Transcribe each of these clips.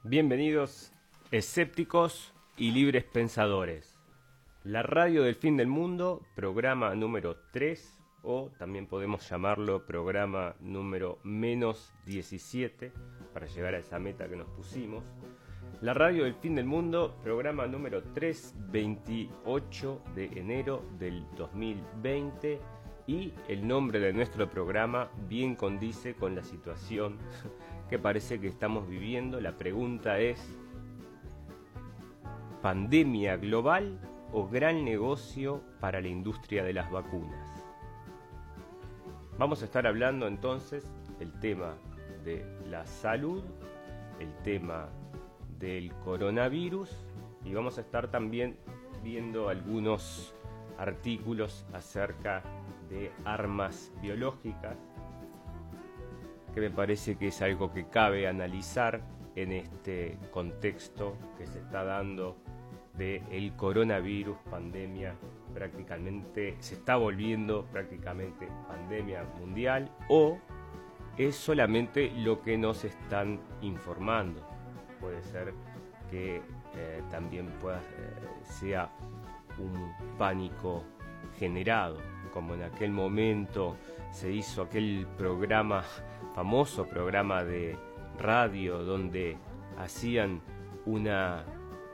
Bienvenidos, escépticos y libres pensadores. La radio del fin del mundo, programa número 3, o también podemos llamarlo programa número -17, para llegar a esa meta que nos pusimos. La radio del fin del mundo, programa número 3, 28 de enero del 2020. Y el nombre de nuestro programa bien condice con la situación que parece que estamos viviendo. La pregunta es: ¿pandemia global o gran negocio para la industria de las vacunas? Vamos a estar hablando entonces el tema de la salud, el tema del coronavirus, y vamos a estar también viendo algunos artículos acerca de armas biológicas, que me parece que es algo que cabe analizar en este contexto que se está dando del coronavirus, pandemia, prácticamente se está volviendo prácticamente pandemia mundial, o es solamente lo que nos están informando. Puede ser que también sea un pánico generado, como en aquel momento se hizo aquel famoso programa de radio donde hacían una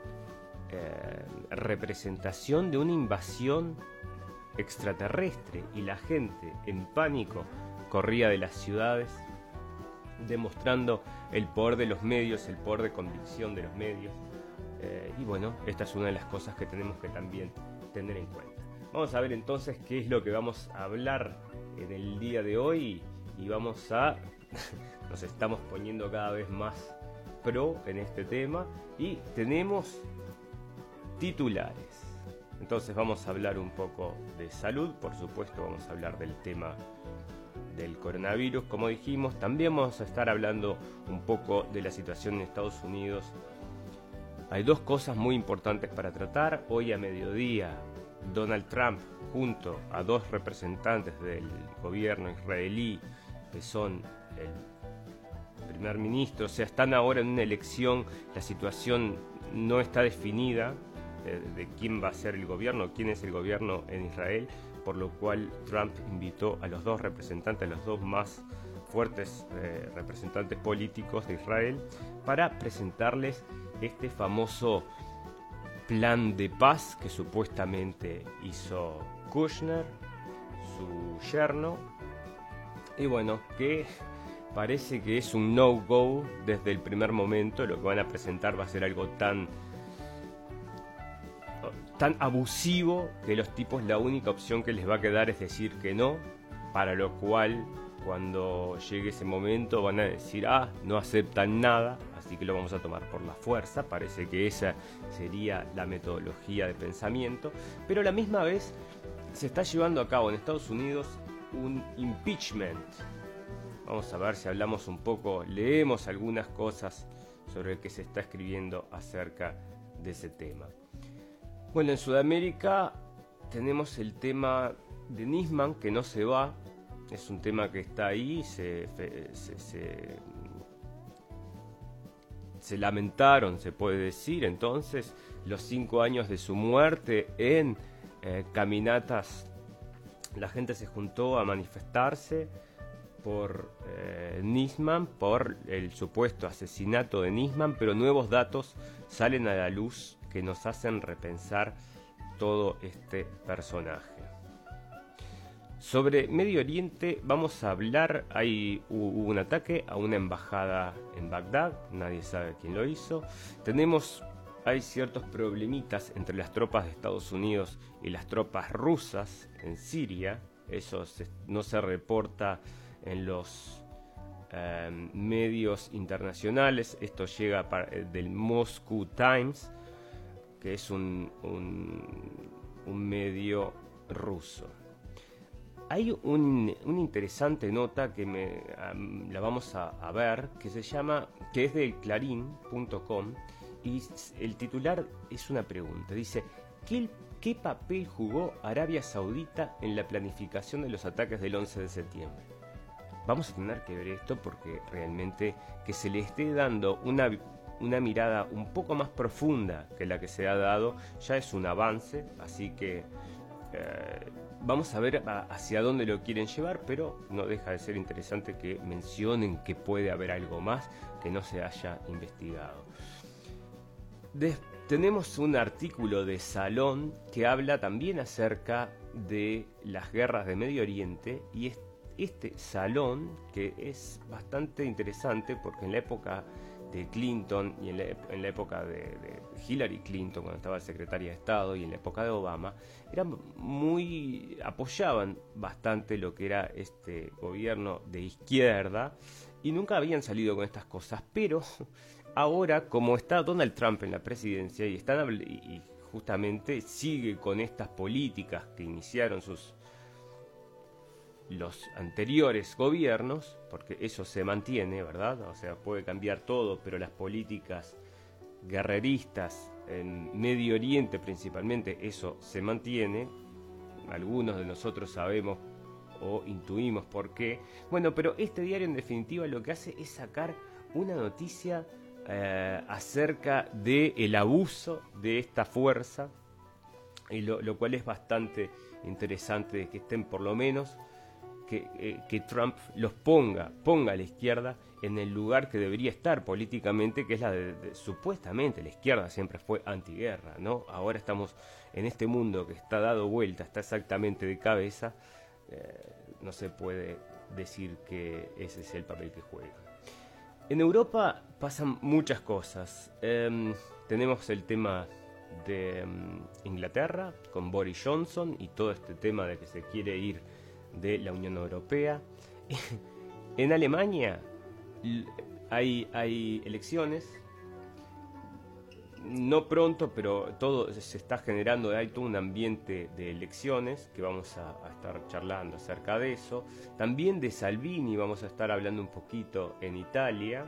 representación de una invasión extraterrestre y la gente en pánico corría de las ciudades, demostrando el poder de los medios, el poder de convicción de los medios. Y bueno, esta es una de las cosas que tenemos que también tener en cuenta. Vamos a ver entonces qué es lo que vamos a hablar en el día de hoy, y nos estamos poniendo cada vez más pro en este tema y tenemos titulares. Entonces vamos a hablar un poco de salud, por supuesto vamos a hablar del tema del coronavirus, como dijimos. También vamos a estar hablando un poco de la situación en Estados Unidos. Hay dos cosas muy importantes para tratar. Hoy a mediodía, Donald Trump, junto a dos representantes del gobierno israelí, que son el primer ministro, o sea, están ahora en una elección, la situación no está definida de quién va a ser el gobierno, quién es el gobierno en Israel, por lo cual Trump invitó a los dos representantes, a los dos más fuertes representantes políticos de Israel, para presentarles este famoso plan de paz que supuestamente hizo Kushner, su yerno, y bueno, que parece que es un no-go desde el primer momento. Lo que van a presentar va a ser algo tan abusivo que los tipos la única opción que les va a quedar es decir que no, para lo cual cuando llegue ese momento van a decir no aceptan nada, así que lo vamos a tomar por la fuerza. Parece que esa sería la metodología de pensamiento, pero a la misma vez se está llevando a cabo en Estados Unidos un impeachment. Vamos a ver si hablamos un poco, leemos algunas cosas sobre el que se está escribiendo acerca de ese tema. Bueno, en Sudamérica tenemos el tema de Nisman, que no se va. Es un tema que está ahí, se lamentaron, se puede decir, entonces, los 5 años de su muerte en caminatas. La gente se juntó a manifestarse por Nisman, por el supuesto asesinato de Nisman, pero nuevos datos salen a la luz que nos hacen repensar todo este personaje. Sobre Medio Oriente vamos a hablar. Hubo un ataque a una embajada en Bagdad, nadie sabe quién lo hizo. Hay ciertos problemitas entre las tropas de Estados Unidos y las tropas rusas en Siria. Eso no se reporta en los medios internacionales. Esto llega del Moscow Times, que es un medio ruso. Hay una interesante nota que la vamos a ver, que es del clarín.com, y el titular es una pregunta. Dice: ¿Qué papel jugó Arabia Saudita en la planificación de los ataques del 11 de septiembre? Vamos a tener que ver esto, porque realmente que se le esté dando una una mirada un poco más profunda que la que se ha dado, ya es un avance, así que vamos a ver hacia dónde lo quieren llevar, pero no deja de ser interesante que mencionen que puede haber algo más que no se haya investigado. Tenemos un artículo de Salón que habla también acerca de las guerras de Medio Oriente, y este Salón, que es bastante interesante porque en la época de Clinton y en la época de Hillary Clinton, cuando estaba secretaria de Estado, y en la época de Obama, apoyaban bastante lo que era este gobierno de izquierda, y nunca habían salido con estas cosas, pero ahora, como está Donald Trump en la presidencia y justamente sigue con estas políticas que iniciaron los anteriores gobiernos, porque eso se mantiene, ¿verdad? O sea, puede cambiar todo, pero las políticas guerreristas en Medio Oriente principalmente, eso se mantiene. Algunos de nosotros sabemos o intuimos por qué. Bueno, pero este diario en definitiva lo que hace es sacar una noticia acerca del abuso de esta fuerza, y lo cual es bastante interesante que estén, por lo menos que Trump los ponga a la izquierda en el lugar que debería estar políticamente, que es la supuestamente la izquierda siempre fue antiguerra, ¿no? Ahora estamos en este mundo que está dado vuelta, está exactamente de cabeza, no se puede decir que ese es el papel que juega. En Europa pasan muchas cosas. Tenemos el tema de Inglaterra con Boris Johnson y todo este tema de que se quiere ir de la Unión Europea. En Alemania hay elecciones, no pronto, pero todo se está generando, hay todo un ambiente de elecciones que vamos a estar charlando acerca de eso. También de Salvini vamos a estar hablando un poquito en Italia.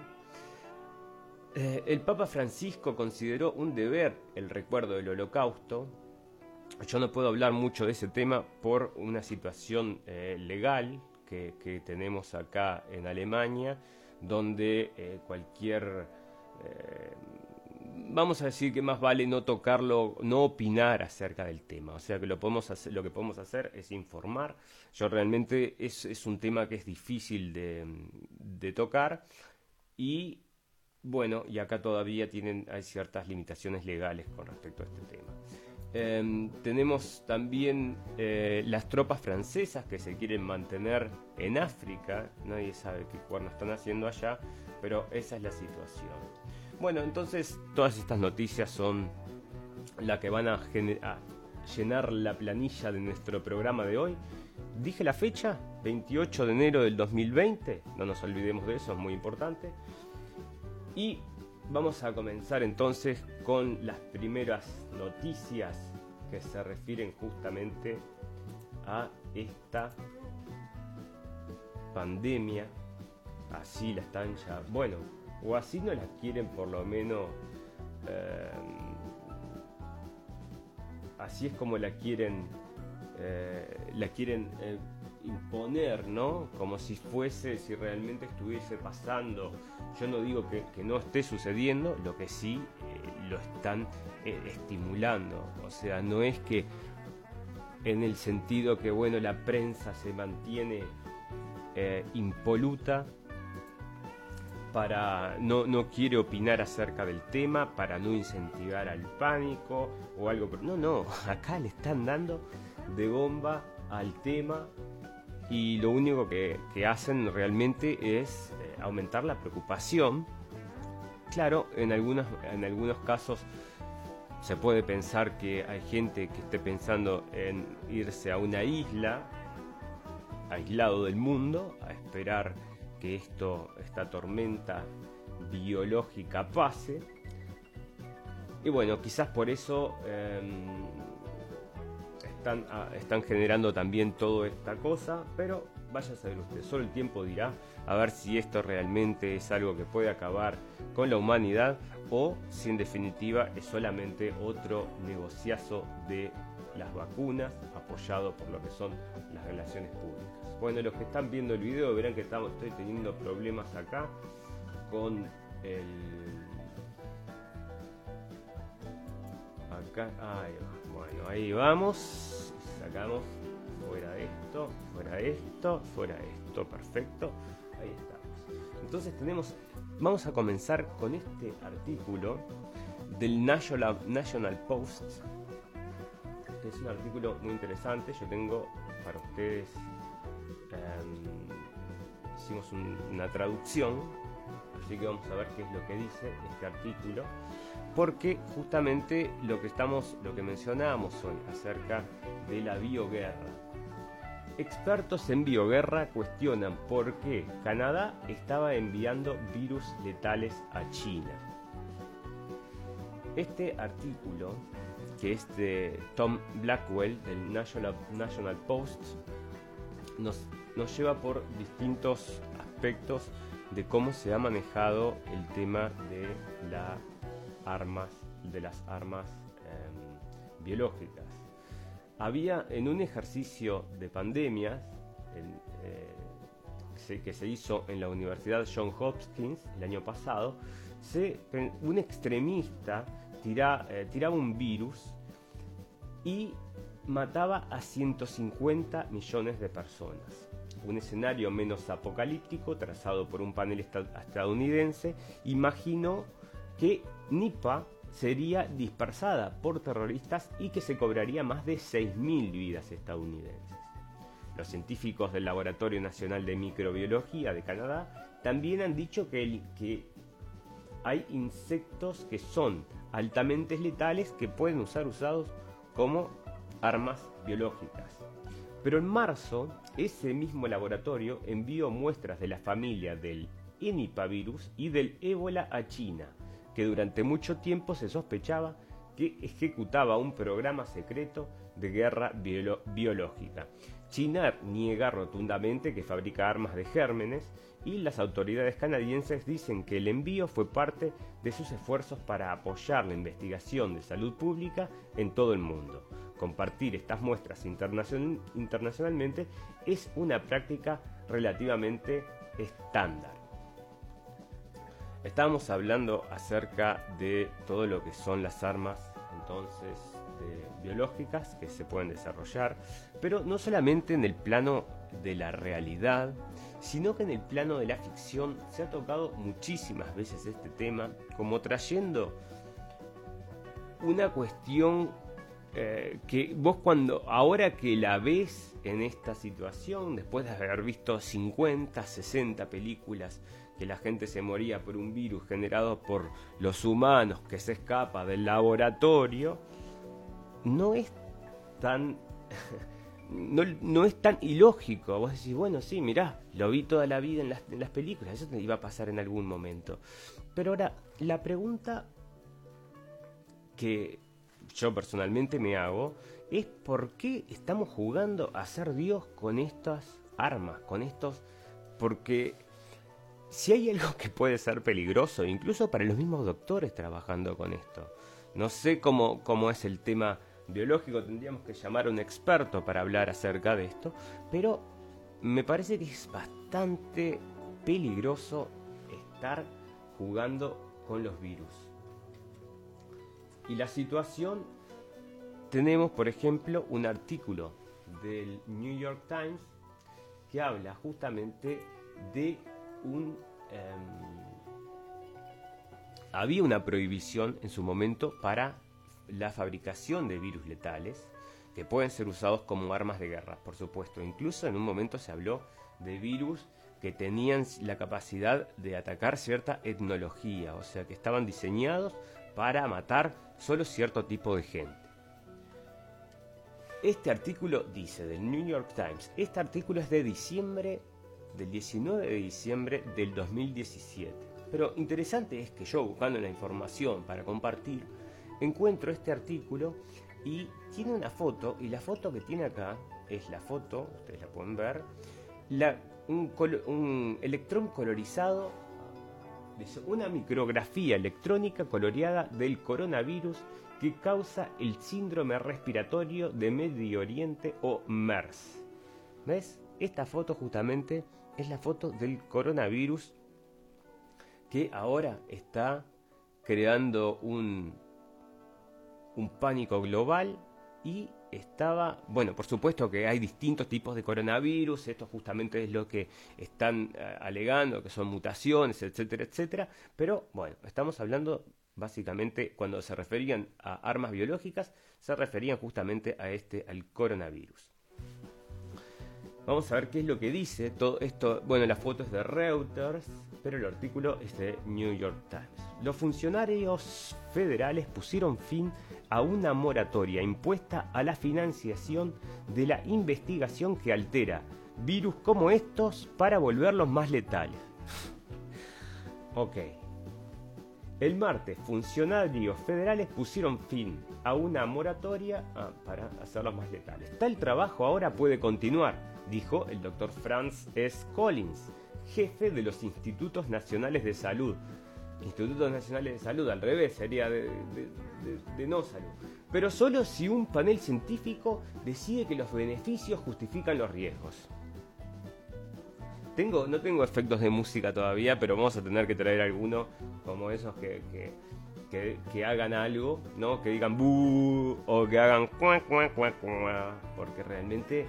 El Papa Francisco consideró un deber el recuerdo del Holocausto. Yo no puedo hablar mucho de ese tema por una situación legal que tenemos acá en Alemania, donde cualquier... vamos a decir que más vale no tocarlo, no opinar acerca del tema. O sea que lo que podemos hacer es informar. Yo realmente es un tema que es difícil de tocar, y bueno, y acá todavía hay ciertas limitaciones legales con respecto a este tema. Tenemos también las tropas francesas que se quieren mantener en África. Nadie sabe qué cuernos están haciendo allá, pero esa es la situación. Bueno, entonces todas estas noticias son las que van a llenar la planilla de nuestro programa de hoy. Dije la fecha, 28 de enero del 2020, no nos olvidemos de eso, es muy importante. Y vamos a comenzar entonces con las primeras noticias que se refieren justamente a esta pandemia. Así la están ya, bueno, o así no la quieren por lo menos, así es como la quieren imponer, ¿no? Como si realmente estuviese pasando. Yo no digo que no esté sucediendo, lo que sí lo están estimulando. O sea, no es que en el sentido que, bueno, la prensa se mantiene impoluta para no quiere opinar acerca del tema, para no incentivar al pánico o algo. Pero no, acá le están dando de bomba al tema, y lo único que hacen realmente es aumentar la preocupación. Claro, en algunos casos se puede pensar que hay gente que esté pensando en irse a una isla, aislado del mundo, a esperar que esta tormenta biológica pase. Y bueno, quizás por eso están generando también toda esta cosa, pero vaya a saber usted, solo el tiempo dirá a ver si esto realmente es algo que puede acabar con la humanidad, o si en definitiva es solamente otro negociazo de las vacunas apoyado por lo que son las relaciones públicas. Bueno, los que están viendo el video verán que estoy teniendo problemas acá con Acá, bueno, ahí vamos. Sacamos fuera esto, fuera esto, fuera esto. Perfecto. Ahí estamos. Entonces vamos a comenzar con este artículo del National Post. Es un artículo muy interesante. Yo tengo para ustedes, hicimos una traducción, así que vamos a ver qué es lo que dice este artículo, porque justamente lo que mencionábamos hoy acerca de la bioguerra. Expertos en bioguerra cuestionan por qué Canadá estaba enviando virus letales a China. Este artículo, que es de Tom Blackwell del National Post, nos lleva por distintos aspectos de cómo se ha manejado el tema de las armas biológicas. Había en un ejercicio de pandemias que se hizo en la Universidad Johns Hopkins el año pasado, un extremista tiraba un virus y mataba a 150 millones de personas. Un escenario menos apocalíptico, trazado por un panel estadounidense, imaginó que Nipah sería dispersada por terroristas y que se cobraría más de 6.000 vidas estadounidenses. Los científicos del Laboratorio Nacional de Microbiología de Canadá también han dicho que hay insectos que son altamente letales que pueden ser usados como armas biológicas. Pero en marzo, ese mismo laboratorio envió muestras de la familia del Enipavirus y del ébola a China, que durante mucho tiempo se sospechaba que ejecutaba un programa secreto de guerra biológica. China niega rotundamente que fabrica armas de gérmenes y las autoridades canadienses dicen que el envío fue parte de sus esfuerzos para apoyar la investigación de salud pública en todo el mundo. Compartir estas muestras internacionalmente es una práctica relativamente estándar. Estábamos hablando acerca de todo lo que son las armas entonces biológicas que se pueden desarrollar, pero no solamente en el plano de la realidad, sino que en el plano de la ficción se ha tocado muchísimas veces este tema, como trayendo una cuestión que vos ahora que la ves en esta situación, después de haber visto 50, 60 películas que la gente se moría por un virus generado por los humanos que se escapa del laboratorio, no es tan no es tan ilógico. Vos decís, bueno, sí, mirá, lo vi toda la vida en las películas, eso te iba a pasar en algún momento. Pero ahora, la pregunta que yo personalmente me hago es por qué estamos jugando a ser Dios con estas armas, porque si hay algo que puede ser peligroso, incluso para los mismos doctores trabajando con esto, no sé cómo es el tema biológico, tendríamos que llamar a un experto para hablar acerca de esto, pero me parece que es bastante peligroso estar jugando con los virus. Y la situación, tenemos por ejemplo un artículo del New York Times que habla justamente de había una prohibición en su momento para la fabricación de virus letales que pueden ser usados como armas de guerra, por supuesto. Incluso en un momento se habló de virus que tenían la capacidad de atacar cierta etnología, o sea que estaban diseñados para matar solo cierto tipo de gente. Este artículo dice del New York Times, este artículo es de diciembre, del 19 de diciembre del 2017. Pero interesante es que yo, buscando la información para compartir, encuentro este artículo y tiene una foto, y la foto que tiene acá es la foto, ustedes la pueden ver, un electrón colorizado, una micrografía electrónica coloreada del coronavirus que causa el síndrome respiratorio de Medio Oriente o MERS. ¿Ves? Esta foto justamente es la foto del coronavirus que ahora está creando un pánico global y estaba, bueno, por supuesto que hay distintos tipos de coronavirus, esto justamente es lo que están alegando, que son mutaciones, etcétera, etcétera, pero bueno, estamos hablando básicamente, cuando se referían a armas biológicas, se referían justamente al coronavirus. Vamos a ver qué es lo que dice todo esto. Bueno, la foto es de Reuters, pero el artículo es de New York Times. Los funcionarios federales pusieron fin a una moratoria impuesta a la financiación de la investigación que altera virus como estos para volverlos más letales. Ok. El martes, funcionarios federales pusieron fin a una moratoria para hacerlos más letales. Tal trabajo ahora puede continuar, dijo el doctor Franz S. Collins, jefe de los Institutos Nacionales de Salud. Institutos Nacionales de Salud, al revés, sería de no salud. Pero solo si un panel científico decide que los beneficios justifican los riesgos. No tengo efectos de música todavía, pero vamos a tener que traer alguno, como esos que hagan algo, ¿no? Que digan buh, o que hagan cuac, cuac, cuac, cuac, porque realmente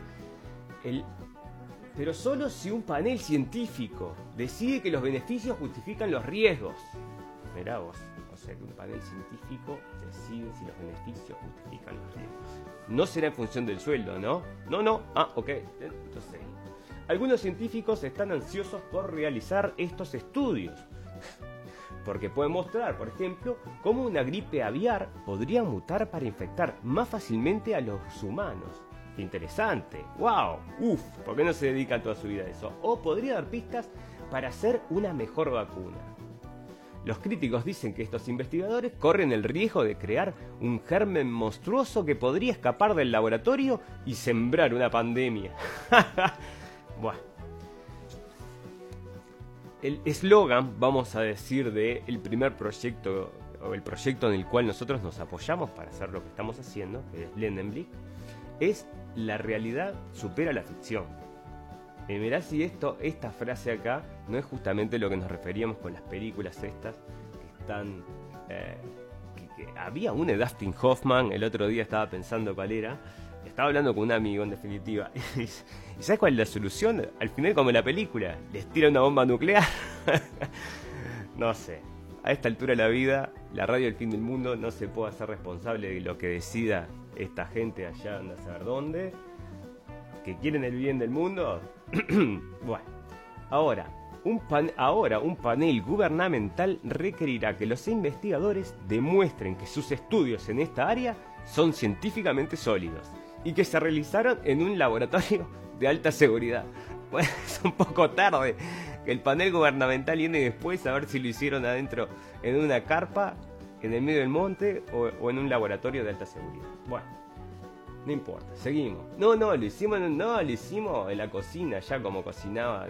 pero solo si un panel científico decide que los beneficios justifican los riesgos. Mirá vos, o sea que un panel científico decide si los beneficios justifican los riesgos. No será en función del sueldo, ¿no? No, ok, entonces algunos científicos están ansiosos por realizar estos estudios, porque pueden mostrar, por ejemplo, cómo una gripe aviar podría mutar para infectar más fácilmente a los humanos. ¡Qué interesante! ¡Wow! ¡Uf! ¿Por qué no se dedican toda su vida a eso? O podría dar pistas para hacer una mejor vacuna. Los críticos dicen que estos investigadores corren el riesgo de crear un germen monstruoso que podría escapar del laboratorio y sembrar una pandemia. Bueno. El eslogan, vamos a decir, del primer proyecto, o el proyecto en el cual nosotros nos apoyamos para hacer lo que estamos haciendo, que es Blendenblick, es la realidad supera la ficción. Mirá si esta frase acá no es justamente lo que nos referíamos con las películas estas, que están... que había una de Dustin Hoffman, el otro día estaba pensando cuál era, estaba hablando con un amigo en definitiva, y ¿sabes cuál es la solución? Al final, como en la película, les tira una bomba nuclear. No sé, a esta altura de la vida, la radio del fin del mundo no se puede hacer responsable de lo que decida esta gente allá, anda a saber dónde, que quieren el bien del mundo. Bueno, ahora un panel gubernamental requerirá que los investigadores demuestren que sus estudios en esta área son científicamente sólidos y que se realizaron en un laboratorio de alta seguridad. Bueno, es un poco tarde que el panel gubernamental viene después a ver si lo hicieron adentro en una carpa, en el medio del monte o en un laboratorio de alta seguridad. Bueno, no importa, seguimos. No, lo hicimos en la cocina, ya como cocinaba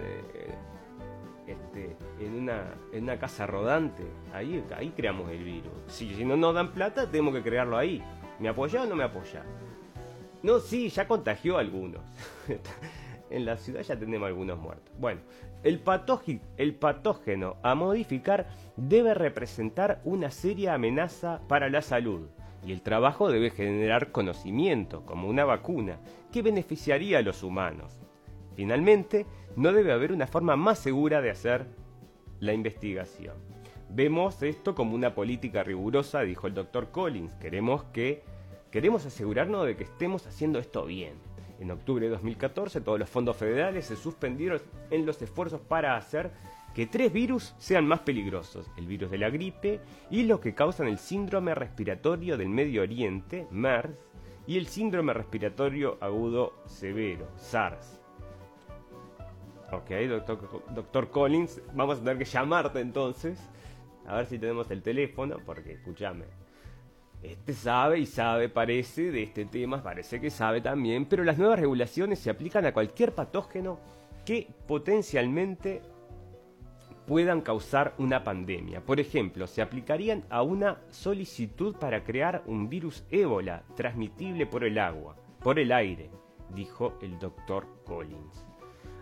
en una casa rodante. Ahí creamos el virus. Si no nos dan plata, tenemos que crearlo ahí. ¿Me apoya o no me apoya? No, sí, ya contagió a algunos. En la ciudad ya tenemos algunos muertos. Bueno, el patógeno a modificar debe representar una seria amenaza para la salud. Y el trabajo debe generar conocimiento, como una vacuna, que beneficiaría a los humanos. Finalmente, no debe haber una forma más segura de hacer la investigación. Vemos esto como una política rigurosa, dijo el Dr. Collins. Queremos asegurarnos de que estemos haciendo esto bien. En octubre de 2014, todos los fondos federales se suspendieron en los esfuerzos para hacer que 3 virus sean más peligrosos: el virus de la gripe y los que causan el síndrome respiratorio del Medio Oriente, MERS, y el síndrome respiratorio agudo severo, SARS. Ok, doctor Collins, vamos a tener que llamarte entonces, a ver si tenemos el teléfono, porque escúchame, sabe, parece, de este tema, parece que sabe también, pero las nuevas regulaciones se aplican a cualquier patógeno que potencialmente puedan causar una pandemia. Por ejemplo, se aplicarían a una solicitud para crear un virus ébola transmitible por el aire, dijo el doctor Collins.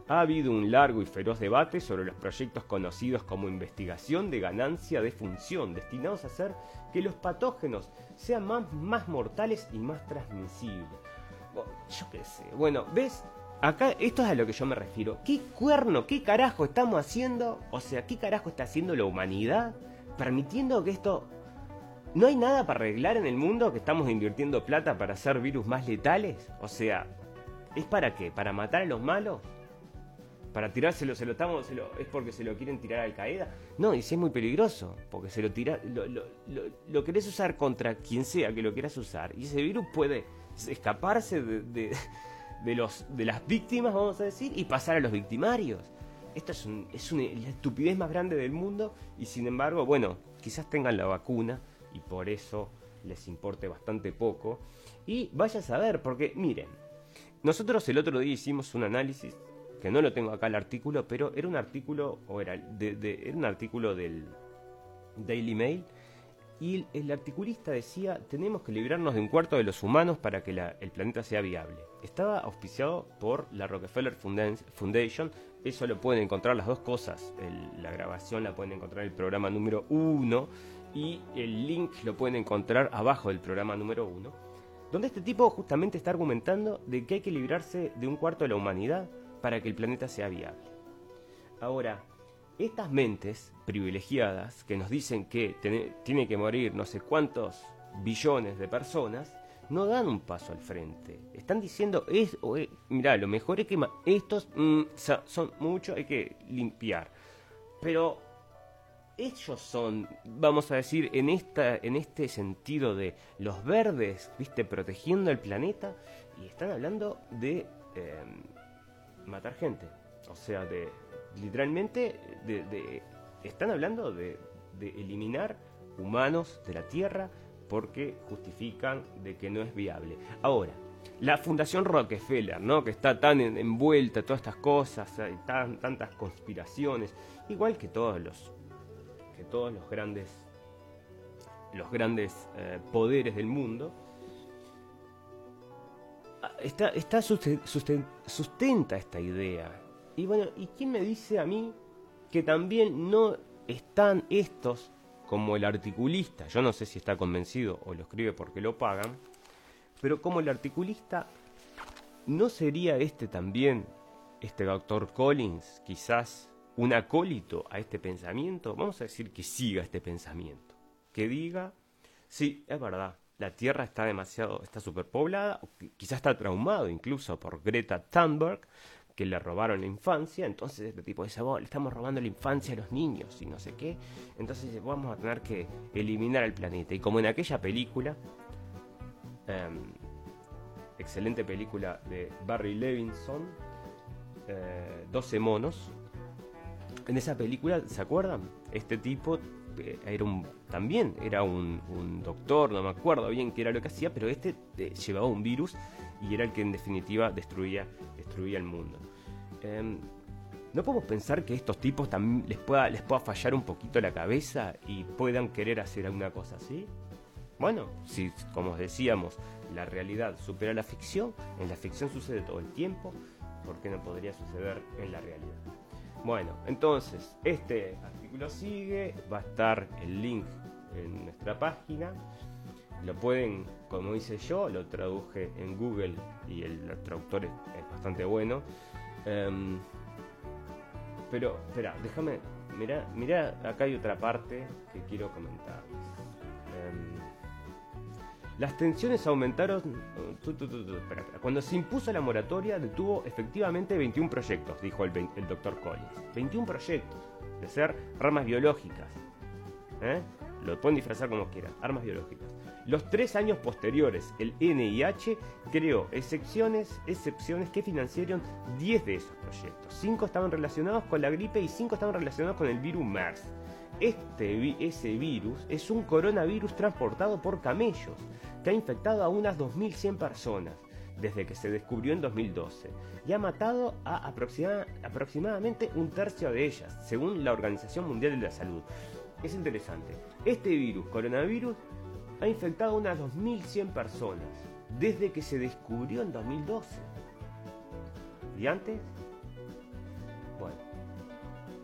Ha habido un largo y feroz debate sobre los proyectos conocidos como investigación de ganancia de función, destinados a hacer que los patógenos sean más mortales y más transmisibles. Bueno, yo qué sé. Bueno, ¿ves? Acá esto es a lo que yo me refiero. ¿Qué carajo estamos haciendo? O sea, ¿qué carajo está haciendo la humanidad permitiendo que esto... ¿No hay nada para arreglar en el mundo, que estamos invirtiendo plata para hacer virus más letales? O sea, ¿es para qué? ¿Para matar a los malos? ¿Para tirárselo? ¿Es porque se lo quieren tirar a Al Qaeda? No, y si es muy peligroso, porque se lo querés usar contra quien sea que lo quieras usar, y ese virus puede escaparse de las víctimas, vamos a decir, y pasar a los victimarios. Esto es la estupidez más grande del mundo, y sin embargo, bueno, quizás tengan la vacuna y por eso les importe bastante poco. Y vaya a saber, porque miren, nosotros el otro día hicimos un análisis, que no lo tengo acá el artículo, pero era un artículo, era un artículo del Daily Mail, y el articulista decía: tenemos que librarnos de un cuarto de los humanos para que el planeta sea viable. Estaba auspiciado por la Rockefeller Foundation. Eso lo pueden encontrar, las dos cosas. La grabación la pueden encontrar en el programa número 1 y el link lo pueden encontrar abajo del programa número 1, donde este tipo justamente está argumentando de que hay que librarse de un cuarto de la humanidad para que el planeta sea viable. Ahora, estas mentes privilegiadas que nos dicen que tiene que morir no sé cuántos billones de personas, no dan un paso al frente. Están diciendo, mirá, lo mejor es que estos son muchos, hay que limpiar. Pero ellos son, vamos a decir, en este sentido de los verdes, ¿viste? Protegiendo el planeta, y están hablando de matar gente. O sea, literalmente están hablando de eliminar humanos de la Tierra porque justifican de que no es viable. Ahora, la Fundación Rockefeller, ¿no?, que está tan envuelta en todas estas cosas, hay tantas conspiraciones, igual que todos los grandes poderes del mundo, sustenta esta idea. Y bueno, ¿y quién me dice a mí que también no están estos, como el articulista? Yo no sé si está convencido o lo escribe porque lo pagan, pero como el articulista, ¿no sería también, este doctor Collins, quizás un acólito a este pensamiento? Vamos a decir que siga este pensamiento, que diga, sí, es verdad, la Tierra está superpoblada, quizás está traumado incluso por Greta Thunberg, que le robaron la infancia. Entonces este tipo dice: le estamos robando la infancia a los niños y no sé qué, entonces vamos a tener que eliminar el planeta. Y como en aquella película, excelente película de Barry Levinson, 12 monos, en esa película, ¿se acuerdan? Este tipo también era un doctor, no me acuerdo bien qué era lo que hacía, pero llevaba un virus y era el que en definitiva destruía el mundo. ¿No podemos pensar que estos tipos también les pueda fallar un poquito la cabeza y puedan querer hacer alguna cosa así? Bueno, si, como decíamos, la realidad supera la ficción, en la ficción sucede todo el tiempo, ¿por qué no podría suceder en la realidad? Bueno, entonces, este artículo sigue, va a estar el link en nuestra página. Lo pueden, como hice yo, lo traduje en Google y el traductor es bastante bueno. Pero, espera, déjame, mirá, acá hay otra parte que quiero comentar. Las tensiones aumentaron. Espera, cuando se impuso la moratoria, detuvo efectivamente 21 proyectos, dijo el Dr. Collins. 21 proyectos de ser armas biológicas. Lo pueden disfrazar como quieran, armas biológicas. Los 3 años posteriores, el NIH creó excepciones que financiaron 10 de esos proyectos. 5 estaban relacionados con la gripe y 5 estaban relacionados con el virus MERS. Ese virus es un coronavirus transportado por camellos que ha infectado a unas 2.100 personas desde que se descubrió en 2012 y ha matado a aproximadamente un tercio de ellas, según la Organización Mundial de la Salud. Es interesante. Este coronavirus, ha infectado a unas 2.100 personas desde que se descubrió en 2012. ¿Y antes?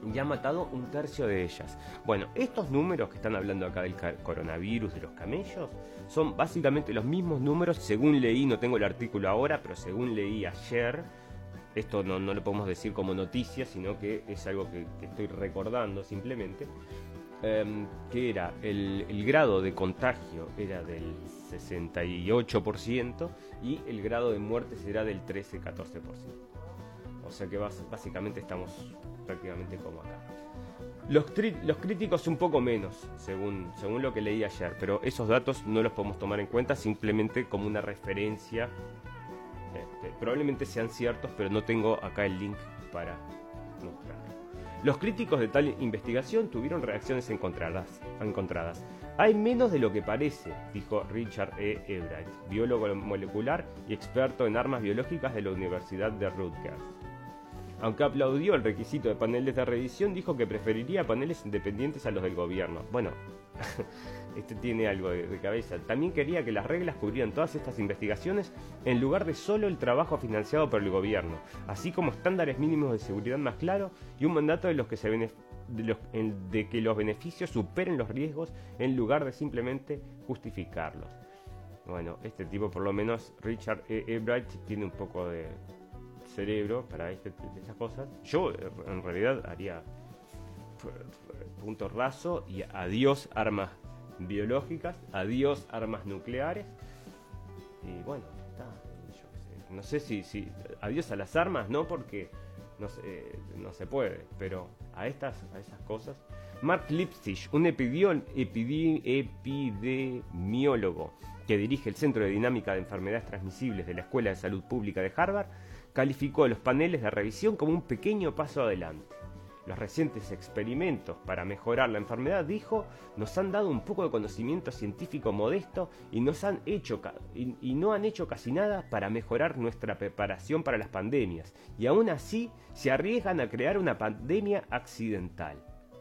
y ha matado un tercio de ellas. Bueno, estos números que están hablando acá del coronavirus de los camellos son básicamente los mismos números, según leí, no tengo el artículo ahora, pero según leí ayer, esto no lo podemos decir como noticia, sino que es algo que estoy recordando simplemente, que era el grado de contagio era del 68% y el grado de muerte será del 13-14%. O sea que básicamente estamos prácticamente como acá. Los críticos un poco menos, según lo que leí ayer, pero esos datos no los podemos tomar en cuenta, simplemente como una referencia. Probablemente sean ciertos, pero no tengo acá el link para mostrar. Los críticos de tal investigación tuvieron reacciones encontradas. Hay menos de lo que parece, dijo Richard E. Ebright, biólogo molecular y experto en armas biológicas de la Universidad de Rutgers. Aunque aplaudió el requisito de paneles de revisión, dijo que preferiría paneles independientes a los del gobierno. Bueno, este tiene algo de cabeza. También quería que las reglas cubrieran todas estas investigaciones en lugar de solo el trabajo financiado por el gobierno, así como estándares mínimos de seguridad más claros y un mandato de que los beneficios superen los riesgos en lugar de simplemente justificarlos. Bueno, este tipo, por lo menos Richard E. Ebright, tiene un poco de cerebro para estas cosas. Yo en realidad haría punto raso y adiós armas biológicas, adiós armas nucleares y bueno, está, yo no sé si adiós a las armas, no, porque no se puede, pero a esas cosas. Mark Lipsitch, un epidemiólogo que dirige el Centro de Dinámica de Enfermedades Transmisibles de la Escuela de Salud Pública de Harvard, calificó los paneles de revisión como un pequeño paso adelante. Los recientes experimentos para mejorar la enfermedad, dijo, nos han dado un poco de conocimiento científico modesto y no han hecho casi nada para mejorar nuestra preparación para las pandemias, y aún así se arriesgan a crear una pandemia accidental.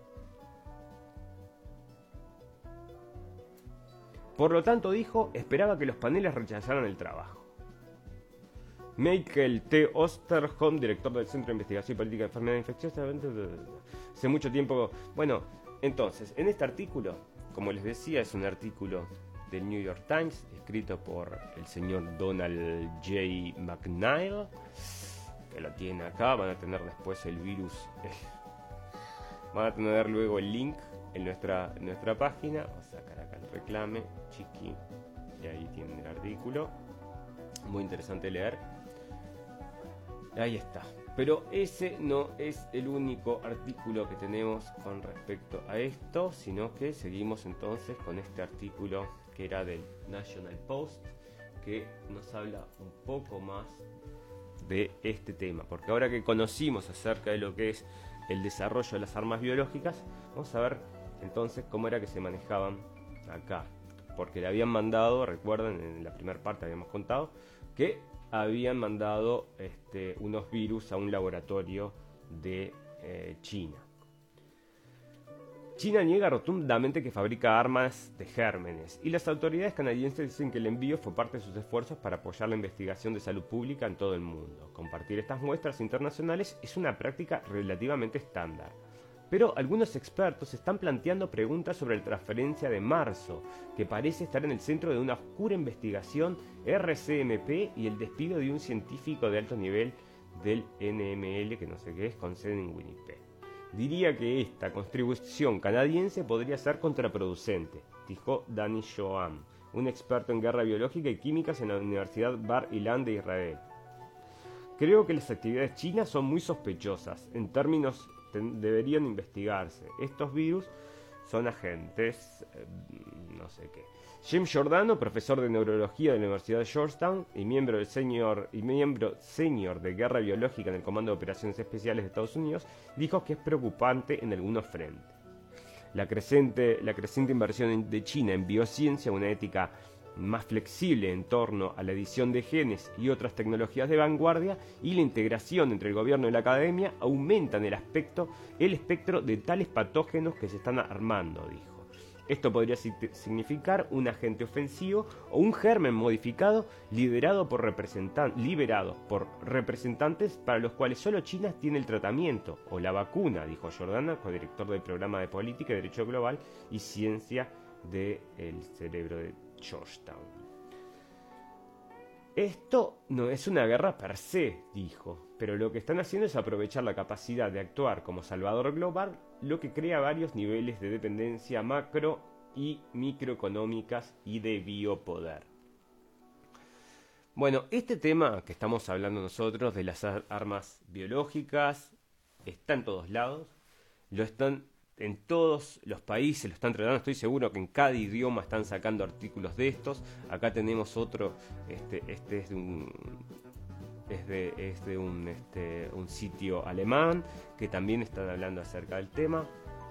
Por lo tanto, dijo, esperaba que los paneles rechazaran el trabajo. Michael T. Osterholm, director del Centro de Investigación y Política de Enfermedades Infecciosas, hace mucho tiempo. Bueno, entonces, en este artículo, como les decía, es un artículo del New York Times, escrito por el señor Donald J. McNeil, que lo tiene acá. Van a tener después el virus, van a tener luego el link en nuestra página. Vamos a sacar acá el reclame, chiqui, y ahí tienen el artículo. Muy interesante leer. Ahí está. Pero ese no es el único artículo que tenemos con respecto a esto, sino que seguimos entonces con este artículo que era del National Post, que nos habla un poco más de este tema. Porque ahora que conocimos acerca de lo que es el desarrollo de las armas biológicas, vamos a ver entonces cómo era que se manejaban acá. Porque le habían mandado, recuerden, en la primera parte habíamos contado, que habían mandado unos virus a un laboratorio de China. China niega rotundamente que fabrica armas de gérmenes, y las autoridades canadienses dicen que el envío fue parte de sus esfuerzos para apoyar la investigación de salud pública en todo el mundo. Compartir estas muestras internacionales es una práctica relativamente estándar. Pero algunos expertos están planteando preguntas sobre la transferencia de marzo, que parece estar en el centro de una oscura investigación RCMP y el despido de un científico de alto nivel del NML, que no sé qué es, con sede en Winnipeg. Diría que esta contribución canadiense podría ser contraproducente, dijo Danny Shoam, un experto en guerra biológica y químicas en la Universidad Bar Ilan de Israel. Creo que las actividades chinas son muy sospechosas, en términos deberían investigarse. Estos virus son agentes, no sé qué. James Giordano, profesor de neurología de la Universidad de Georgetown y miembro senior de guerra biológica en el Comando de Operaciones Especiales de Estados Unidos, dijo que es preocupante en algunos frentes. La creciente inversión de China en biociencia, una ética más flexible en torno a la edición de genes y otras tecnologías de vanguardia, y la integración entre el gobierno y la academia aumentan el espectro de tales patógenos que se están armando, dijo. Esto podría significar un agente ofensivo o un germen modificado liberado por representantes para los cuales solo China tiene el tratamiento o la vacuna, dijo Jordana, codirector del programa de Política y Derecho Global y Ciencia del Cerebro de Georgetown. Esto no es una guerra per se, dijo, pero lo que están haciendo es aprovechar la capacidad de actuar como salvador global, lo que crea varios niveles de dependencia macro y microeconómicas y de biopoder. Bueno, este tema que estamos hablando nosotros de las armas biológicas está en todos lados, lo están en todos los países, lo están tratando, estoy seguro que en cada idioma están sacando artículos de estos. Acá tenemos otro, este es de un sitio alemán que también están hablando acerca del tema.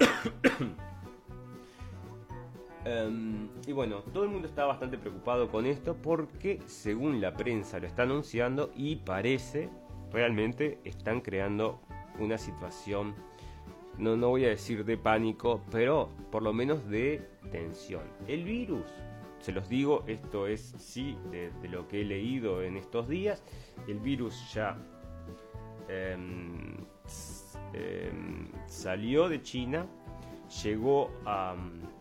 Y bueno, todo el mundo está bastante preocupado con esto porque según la prensa lo está anunciando y parece realmente están creando una situación, no voy a decir de pánico, pero por lo menos de tensión. El virus, se los digo, esto es sí de lo que he leído en estos días, el virus ya salió de China, llegó a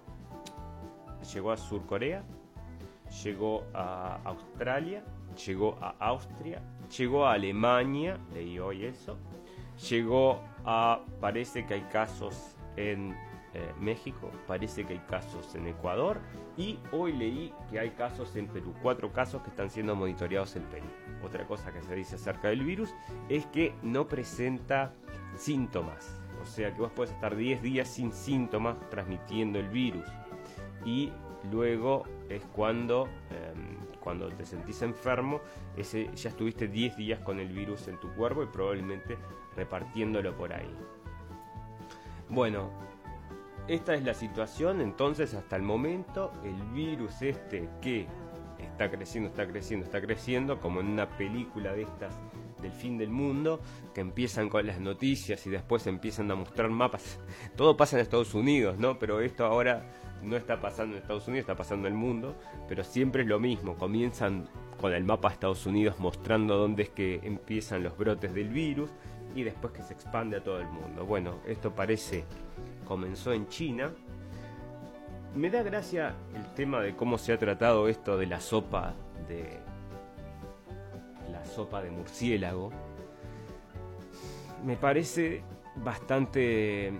Sur Corea, llegó a Australia, llegó a Austria, llegó a Alemania, leí hoy eso, llegó parece que hay casos en México, parece que hay casos en Ecuador y hoy leí que hay casos en Perú, 4 casos que están siendo monitoreados en Perú. Otra cosa que se dice acerca del virus es que no presenta síntomas, o sea que vos podés estar 10 días sin síntomas transmitiendo el virus y luego es cuando te sentís enfermo, ya estuviste 10 días con el virus en tu cuerpo y probablemente repartiéndolo por ahí. Bueno, esta es la situación. Entonces hasta el momento el virus que está creciendo como en una película de estas del fin del mundo, que empiezan con las noticias y después empiezan a mostrar mapas. Todo pasa en Estados Unidos, ¿no? Pero esto ahora no está pasando en Estados Unidos, está pasando en el mundo, pero siempre es lo mismo. Comienzan con el mapa de Estados Unidos mostrando dónde es que empiezan los brotes del virus y después que se expande a todo el mundo. Bueno, esto comenzó en China. Me da gracia el tema de cómo se ha tratado esto de la sopa de murciélago. Me parece bastante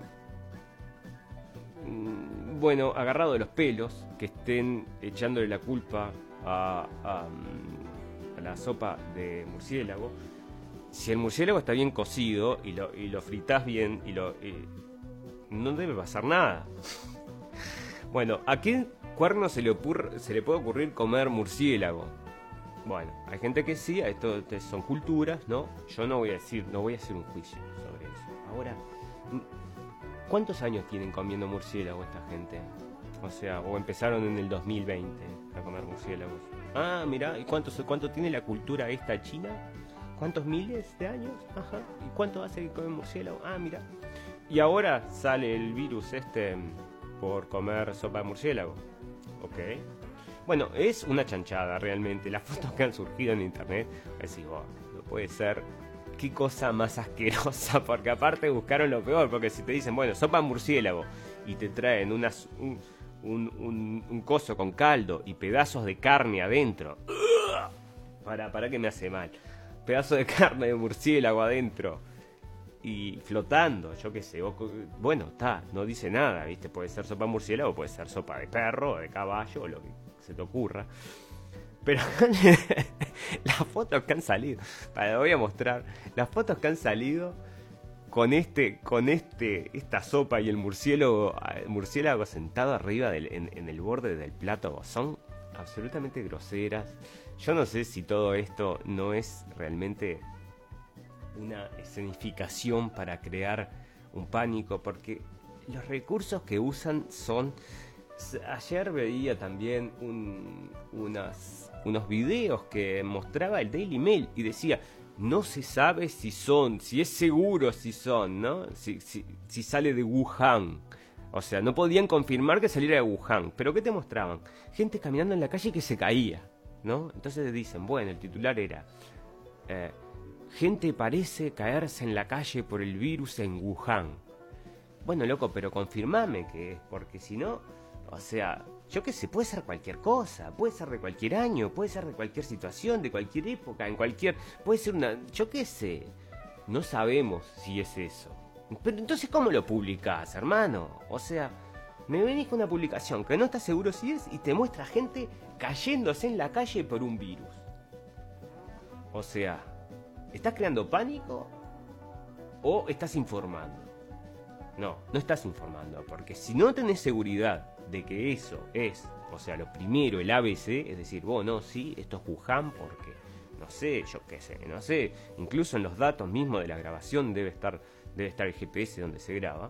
agarrado de los pelos que estén echándole la culpa a la sopa de murciélago. Si el murciélago está bien cocido y lo fritás bien no debe pasar nada. Bueno, ¿a qué cuerno se le puede ocurrir comer murciélago? Bueno, hay gente que sí, esto son culturas, ¿no? Yo no voy a hacer un juicio sobre eso. Ahora, ¿cuántos años tienen comiendo murciélago esta gente? O sea, o empezaron en el 2020 a comer murciélagos. Ah, mirá, ¿y cuánto tiene la cultura esta china? ¿Cuántos miles de años? Ajá. ¿Y cuánto hace que comen murciélago? Ah, mira. Y ahora sale el virus por comer sopa de murciélago. Ok. Bueno, es una chanchada realmente. Las fotos que han surgido en internet, decís, no puede ser. Qué cosa más asquerosa, porque aparte buscaron lo peor, porque si te dicen, bueno, sopa de murciélago, y te traen un coso con caldo y pedazos de carne adentro. Para que me hace mal. Pedazo de carne de murciélago adentro y flotando, yo qué sé. Bueno, no dice nada, ¿viste? Puede ser sopa de murciélago, puede ser sopa de perro, de caballo, o lo que se te ocurra. Pero las fotos que han salido, lo voy a mostrar, las fotos que han salido con esta sopa y el murciélago sentado arriba en el borde del plato son absolutamente groseras. Yo no sé si todo esto no es realmente una escenificación para crear un pánico, porque los recursos que usan son... Ayer veía también unos videos que mostraba el Daily Mail y decía, no se sabe si es seguro si son, ¿no? Si sale de Wuhan. O sea, no podían confirmar que saliera de Wuhan. ¿Pero qué te mostraban? Gente caminando en la calle que se caía, ¿no? Entonces dicen, bueno, el titular era... gente parece caerse en la calle por el virus en Wuhan. Bueno, loco, pero confirmame que es, porque si no... O sea, yo qué sé, puede ser cualquier cosa, puede ser de cualquier año, puede ser de cualquier situación, de cualquier época, en cualquier... Puede ser una... Yo qué sé, no sabemos si es eso. Pero entonces, ¿cómo lo publicás, hermano? O sea, me venís con una publicación que no estás seguro si es y te muestra gente cayéndose en la calle por un virus. O sea, ¿estás creando pánico o estás informando? No, no estás informando, porque si no tenés seguridad de que eso es, o sea, lo primero, el ABC, es decir, vos no, sí, esto es Wuhan porque, no sé, yo qué sé, no sé, incluso en los datos mismos de la grabación debe estar el GPS donde se graba.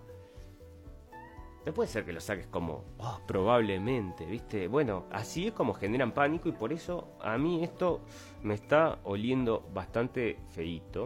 No puede ser que lo saques como, probablemente, ¿viste? Bueno, así es como generan pánico y por eso a mí esto me está oliendo bastante feíto.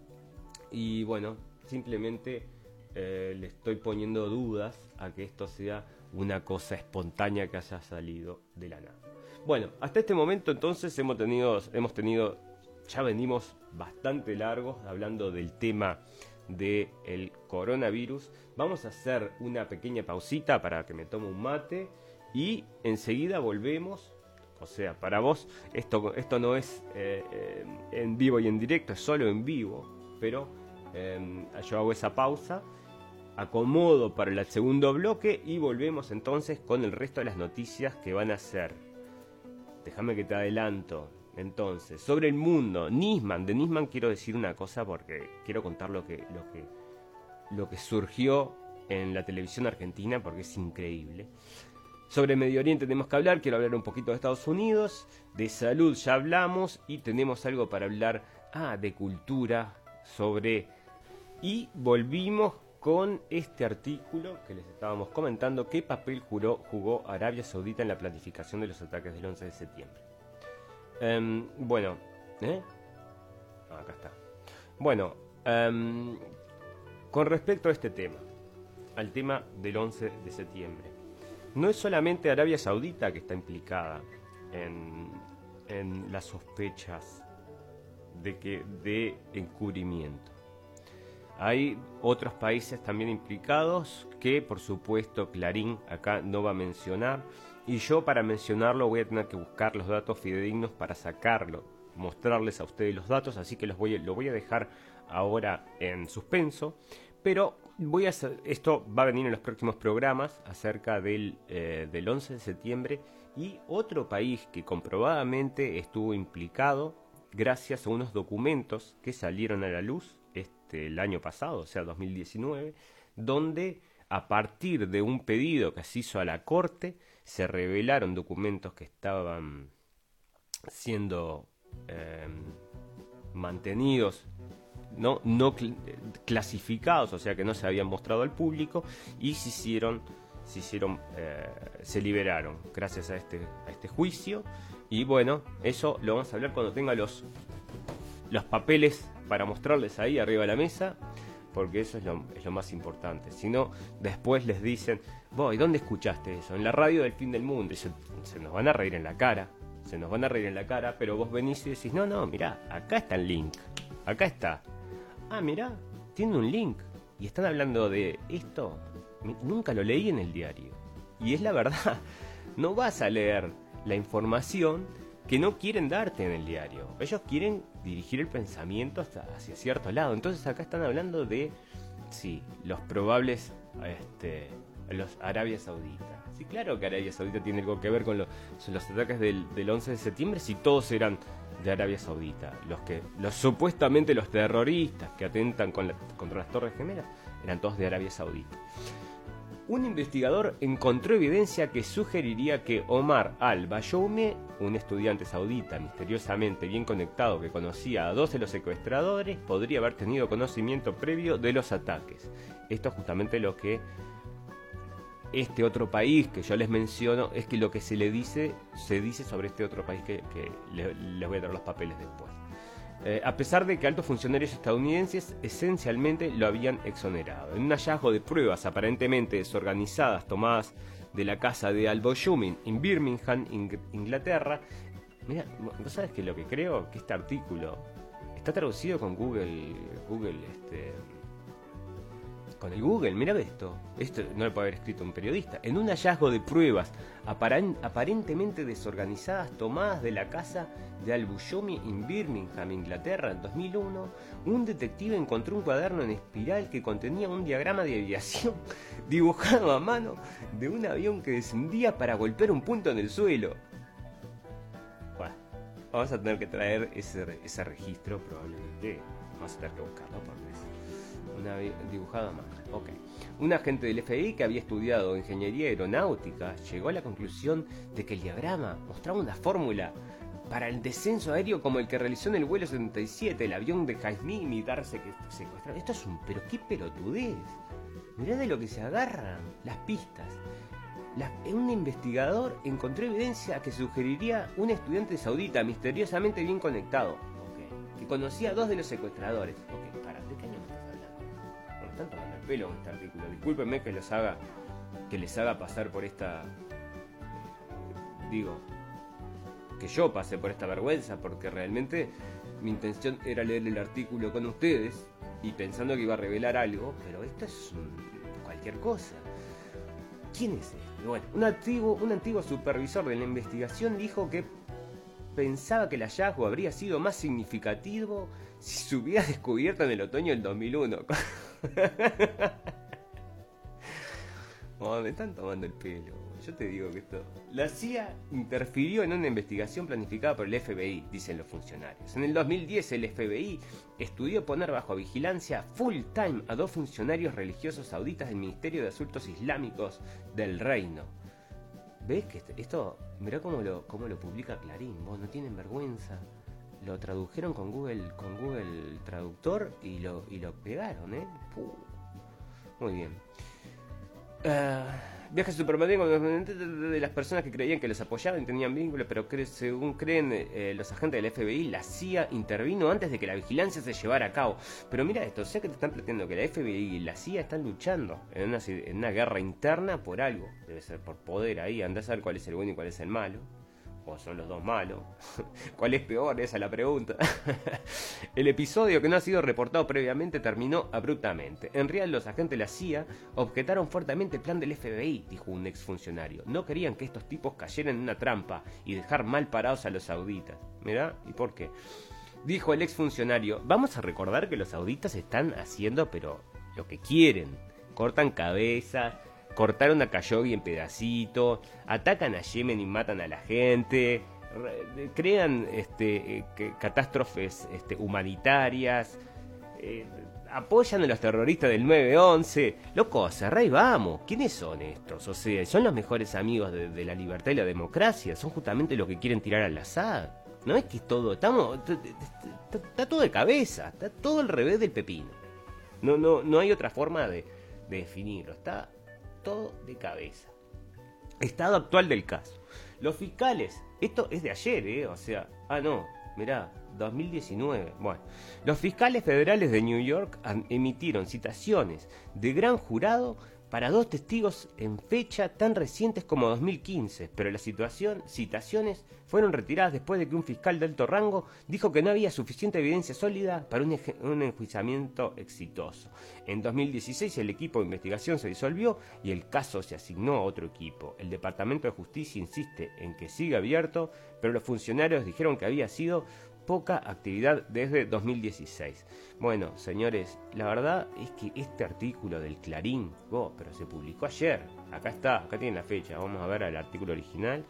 Y bueno, simplemente le estoy poniendo dudas a que esto sea una cosa espontánea que haya salido de la nada. Bueno, hasta este momento entonces hemos tenido, ya venimos bastante largos hablando del tema del coronavirus. Vamos a hacer una pequeña pausita para que me tome un mate y enseguida volvemos. O sea, para vos esto no es en vivo y en directo, es solo en vivo, pero yo hago esa pausa, acomodo para el segundo bloque y volvemos entonces con el resto de las noticias que van a ser. Déjame que te adelanto. Entonces, sobre el mundo, de Nisman quiero decir una cosa porque quiero contar lo que surgió en la televisión argentina porque es increíble. Sobre Medio Oriente tenemos que hablar, quiero hablar un poquito de Estados Unidos, de salud ya hablamos y tenemos algo para hablar de cultura y volvimos con este artículo que les estábamos comentando, qué papel jugó Arabia Saudita en la planificación de los ataques del 11 de septiembre. Bueno, acá está. Bueno, con respecto a este tema, al tema del 11 de septiembre, no es solamente Arabia Saudita que está implicada en las sospechas de encubrimiento. Hay otros países también implicados que, por supuesto, Clarín acá no va a mencionar. Y yo para mencionarlo voy a tener que buscar los datos fidedignos para sacarlo, mostrarles a ustedes los datos, así que lo voy a dejar ahora en suspenso. Pero esto va a venir en los próximos programas acerca del 11 de septiembre y otro país que comprobadamente estuvo implicado gracias a unos documentos que salieron a la luz el año pasado, o sea 2019, donde a partir de un pedido que se hizo a la Corte se revelaron documentos que estaban siendo mantenidos, no clasificados, o sea que no se habían mostrado al público y se liberaron gracias a este juicio. Y bueno, eso lo vamos a hablar cuando tenga los papeles para mostrarles ahí arriba de la mesa, porque eso es lo más importante. Si no, después les dicen, ¿y dónde escuchaste eso? En la radio del fin del mundo. Y se nos van a reír en la cara, pero vos venís y decís, no, mirá, acá está el link, acá está. Mirá, tiene un link, y están hablando de esto, nunca lo leí en el diario. Y es la verdad, no vas a leer la información que no quieren darte en el diario. Ellos quieren dirigir el pensamiento hacia cierto lado. Entonces acá están hablando de, los probables, los Arabia Saudita. Sí, claro que Arabia Saudita tiene algo que ver con los ataques del 11 de septiembre, si todos eran de Arabia Saudita. Supuestamente los terroristas que atentan contra las Torres Gemelas eran todos de Arabia Saudita. Un investigador encontró evidencia que sugeriría que Omar al-Bayoumi, un estudiante saudita misteriosamente bien conectado que conocía a 2 de los secuestradores, podría haber tenido conocimiento previo de los ataques. Esto es justamente lo que este otro país que yo les menciono, es que lo que se dice sobre este otro país que les voy a dar los papeles después. a pesar de que altos funcionarios estadounidenses esencialmente lo habían exonerado. En un hallazgo de pruebas aparentemente desorganizadas tomadas de la casa de Al-Boyumin en Birmingham, Inglaterra. Mira, ¿no sabes qué es lo que creo? Que este artículo está traducido con Google, con el Google. Mira esto no lo puede haber escrito un periodista. En un hallazgo de pruebas aparentemente desorganizadas tomadas de la casa de Al-Boyumin en Birmingham, Inglaterra, en 2001, un detective encontró un cuaderno en espiral que contenía un diagrama de aviación dibujado a mano de un avión que descendía para golpear un punto en el suelo. Bueno, vamos a tener que traer ese registro probablemente. Vamos a tener que buscarlo porque es dibujado a mano. Ok. Un agente del FBI que había estudiado ingeniería aeronáutica llegó a la conclusión de que el diagrama mostraba una fórmula para el descenso aéreo como el que realizó en el vuelo 77, el avión de Jaime militar secuestrado. Esto es pero qué pelotudez. Mirá de lo que se agarran las pistas. Un investigador encontró evidencia que sugeriría un estudiante saudita misteriosamente bien conectado, que conocía a 2 de los secuestradores. Ok, ¿de qué año me estás hablando? Bueno, están tomando el pelo en este artículo. Discúlpenme que les haga pasar por esta... que yo pasé por esta vergüenza, porque realmente mi intención era leer el artículo con ustedes y pensando que iba a revelar algo, pero esto es cualquier cosa. ¿Quién es este? Bueno, un antiguo supervisor de la investigación dijo que pensaba que el hallazgo habría sido más significativo si se hubiera descubierto en el otoño del 2001. Oh, me están tomando el pelo. Yo te digo que esto... La CIA interfirió en una investigación planificada por el FBI, dicen los funcionarios. En el 2010 el FBI estudió poner bajo vigilancia full time a 2 funcionarios religiosos sauditas del Ministerio de Asuntos Islámicos del Reino. ¿Ves que esto? Mirá cómo lo publica Clarín. Vos, no tienen vergüenza. Lo tradujeron con Google Traductor y lo pegaron, ¿eh? Muy bien. Viajes supermarínos de las personas que creían que los apoyaban y tenían vínculos, pero según creen los agentes del FBI, la CIA intervino antes de que la vigilancia se llevara a cabo. Pero mira esto, sé que te están planteando que la FBI y la CIA están luchando en una guerra interna por algo. Debe ser por poder ahí, andá a saber cuál es el bueno y cuál es el malo. O son los dos malos. ¿Cuál es peor? Esa es la pregunta. El episodio, que no ha sido reportado previamente, terminó abruptamente. En realidad, los agentes de la CIA objetaron fuertemente el plan del FBI, dijo un exfuncionario. No querían que estos tipos cayeran en una trampa y dejar mal parados a los sauditas. ¿Mirá? ¿Y por qué? Dijo el exfuncionario, vamos a recordar que los sauditas están haciendo, pero lo que quieren. Cortan cabezas, cortaron a Khashoggi en pedacitos, atacan a Yemen y matan a la gente, crean catástrofes humanitarias, apoyan a los terroristas del 9/11. Loco, cerrá y vamos. ¿Quiénes son estos? O sea, son los mejores amigos de la libertad y la democracia. Son justamente los que quieren tirar al Assad. No es que todo... Está todo de cabeza. Está todo al revés del pepino. No hay otra forma de definirlo. Está todo de cabeza. Estado actual del caso. Los fiscales, esto es de ayer, o sea, mirá, 2019. Bueno, los fiscales federales de New York emitieron citaciones de gran jurado para 2 testigos en fecha tan recientes como 2015, pero las citaciones fueron retiradas después de que un fiscal de alto rango dijo que no había suficiente evidencia sólida para un enjuiciamiento exitoso. En 2016 el equipo de investigación se disolvió y el caso se asignó a otro equipo. El Departamento de Justicia insiste en que sigue abierto, pero los funcionarios dijeron que había sido poca actividad desde 2016. Bueno, señores, la verdad es que este artículo del Clarín, pero se publicó ayer. Acá tiene la fecha. Vamos a ver el artículo original.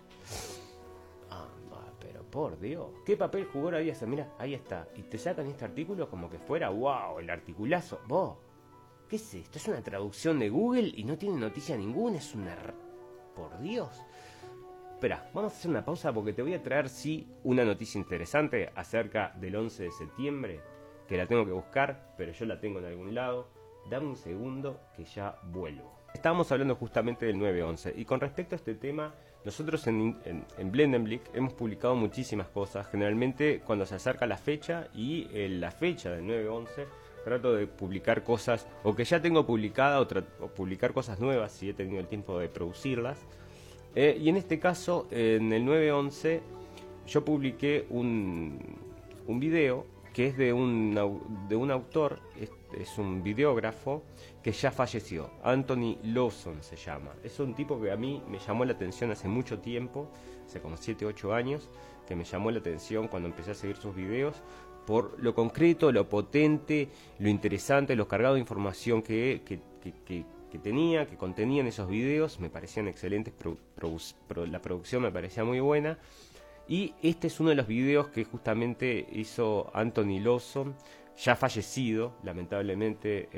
Pero por Dios, ¿qué papel jugó la vida? Mira, ahí está. Y te sacan este artículo como que fuera, wow, el articulazo. ¿Qué es esto? Es una traducción de Google y no tiene noticia ninguna. Es una... Por Dios. Espera, vamos a hacer una pausa porque te voy a traer, una noticia interesante acerca del 11 de septiembre, que la tengo que buscar, pero yo la tengo en algún lado. Dame un segundo que ya vuelvo. estábamos hablando justamente del 9/11. Y con respecto a este tema, nosotros en Blendenblick hemos publicado muchísimas cosas. Generalmente cuando se acerca la fecha y la fecha del 9/11, trato de publicar cosas o que ya tengo publicada o publicar cosas nuevas si he tenido el tiempo de producirlas. Y en este caso, en el 9/11, yo publiqué un video que es de un autor, es un videógrafo que ya falleció, Anthony Lawson se llama. Es un tipo que a mí me llamó la atención hace mucho tiempo, hace como 7, 8 años, que me llamó la atención cuando empecé a seguir sus videos, por lo concreto, lo potente, lo interesante, lo cargado de información que tenía, que contenían esos videos. Me parecían excelentes, la producción me parecía muy buena. Y este es uno de los videos que justamente hizo Anthony Lawson, ya fallecido, lamentablemente.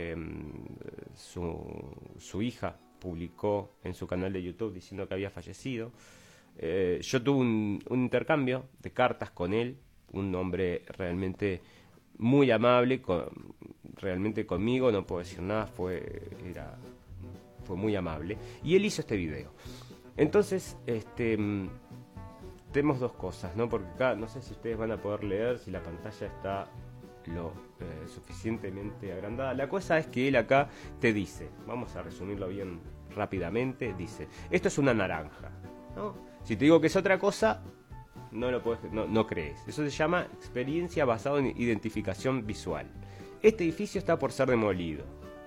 Su hija publicó en su canal de YouTube diciendo que había fallecido. Yo tuve un intercambio de cartas con él, un hombre realmente muy amable, realmente conmigo, no puedo decir nada, fue muy amable. Y él hizo este video. Entonces, tenemos dos cosas, ¿no? Porque acá no sé si ustedes van a poder leer, si la pantalla está lo suficientemente agrandada. La cosa es que él acá te dice, vamos a resumirlo bien rápidamente, dice, esto es una naranja, ¿no? Si te digo que es otra cosa, no crees. Eso se llama experiencia basada en identificación visual. Este edificio está por ser demolido.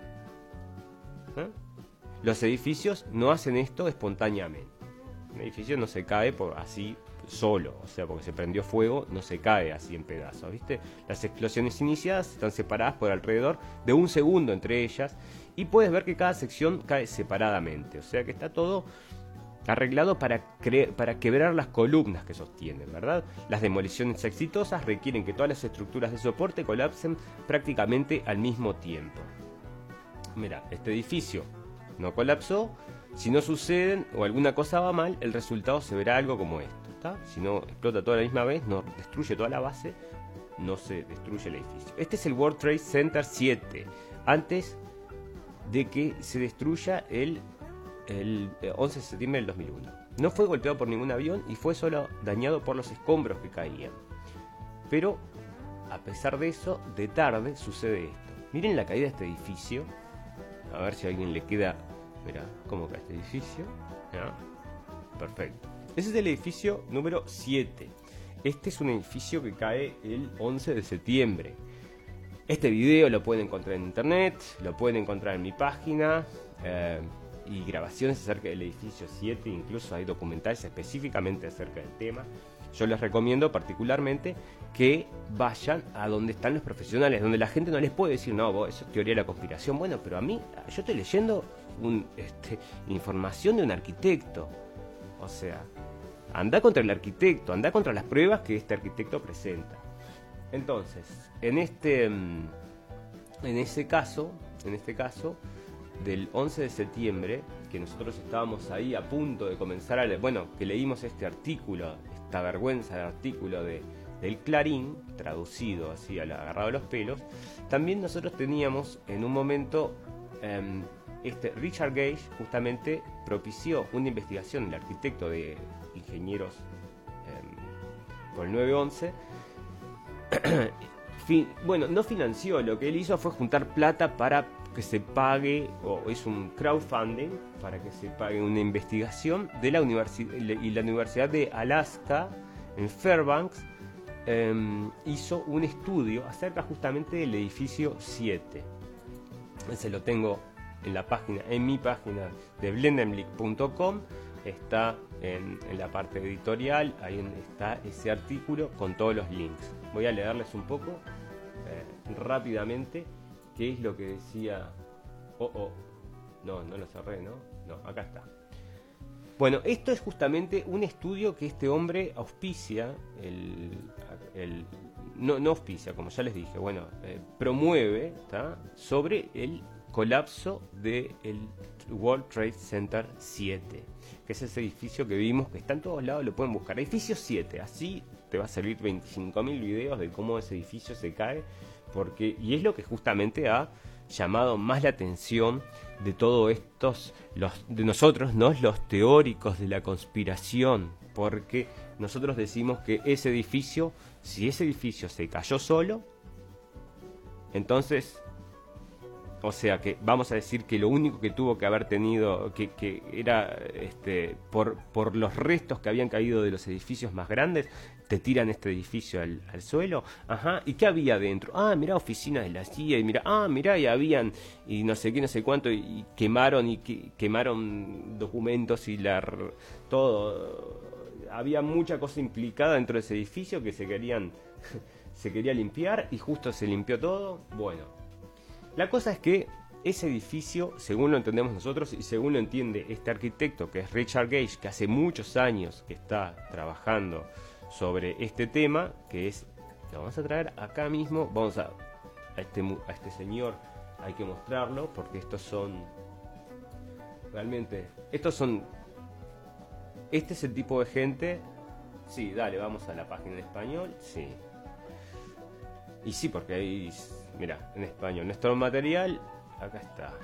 Los edificios no hacen esto espontáneamente. Un edificio no se cae por así solo, o sea, porque se prendió fuego, no se cae así en pedazos, ¿viste? Las explosiones iniciadas están separadas por alrededor de 1 segundo entre ellas, y puedes ver que cada sección cae separadamente, o sea que está todo arreglado para quebrar las columnas que sostienen, ¿verdad? Las demoliciones exitosas requieren que todas las estructuras de soporte colapsen prácticamente al mismo tiempo. Mira, este edificio no colapsó. Si no suceden o alguna cosa va mal, el resultado se verá algo como esto, ¿está? Si no explota toda la misma vez, no destruye toda la base, no se destruye el edificio. Este es el World Trade Center 7, antes de que se destruya el 11 de septiembre del 2001. No fue golpeado por ningún avión y fue solo dañado por los escombros que caían. Pero, a pesar de eso, de tarde sucede esto. Miren la caída de este edificio. A ver si a alguien le queda... Mirá cómo cae este edificio. ¿Ya? Perfecto. Ese es el edificio número 7. Este es un edificio que cae el 11 de septiembre. Este video lo pueden encontrar en internet, lo pueden encontrar en mi página, y grabaciones acerca del edificio 7, incluso hay documentales específicamente acerca del tema. Yo les recomiendo particularmente que vayan a donde están los profesionales, donde la gente no les puede decir, no, vos, eso es teoría de la conspiración. Bueno, pero a mí, yo estoy leyendo información de un arquitecto. O sea, anda contra el arquitecto, anda contra las pruebas que este arquitecto presenta. Entonces, en este caso, del 11 de septiembre, que nosotros estábamos ahí a punto de comenzar a leer, bueno, que leímos este artículo, esta vergüenza de artículo del Clarín, traducido así agarrado a los pelos. También nosotros teníamos en un momento, Richard Gage justamente propició una investigación, el arquitecto de ingenieros, por el 9/11. Bueno, no financió, lo que él hizo fue juntar plata para que se pague, o es un crowdfunding, para que se pague una investigación de la universidad, y la Universidad de Alaska, en Fairbanks, hizo un estudio acerca justamente del edificio 7. Ese lo tengo en mi página de blendenblick.com, está en la parte editorial, ahí está ese artículo con todos los links. Voy a leerles un poco rápidamente qué es lo que decía. No lo cerré, ¿no? No, acá está. Bueno, esto es justamente un estudio que este hombre auspicia, no auspicia, como ya les dije, bueno, promueve, ¿tá?, sobre el colapso del World Trade Center 7, que es ese edificio que vimos que está en todos lados, lo pueden buscar, edificio 7, así te va a salir 25.000 videos de cómo ese edificio se cae, y es lo que justamente ha llamado más la atención de todos estos, de nosotros, ¿no? Los teóricos de la conspiración, porque nosotros decimos que ese edificio, si ese edificio se cayó solo, entonces, o sea que vamos a decir que lo único que tuvo que haber tenido, que era por los restos que habían caído de los edificios más grandes, te tiran este edificio al suelo. Ajá, ¿y qué había dentro? Ah, mirá, oficinas de la CIA, y mirá, y habían, y no sé qué, no sé cuánto, y quemaron documentos y todo. Había mucha cosa implicada dentro de ese edificio que se quería limpiar, y justo se limpió todo. Bueno, la cosa es que ese edificio, según lo entendemos nosotros y según lo entiende este arquitecto, que es Richard Gage, que hace muchos años que está trabajando sobre este tema, que es, lo vamos a traer acá mismo, vamos a este señor, hay que mostrarlo, porque realmente, este es el tipo de gente. Sí, dale, vamos a la página en español, sí. Y sí, porque ahí, mira, en español, nuestro material, acá está.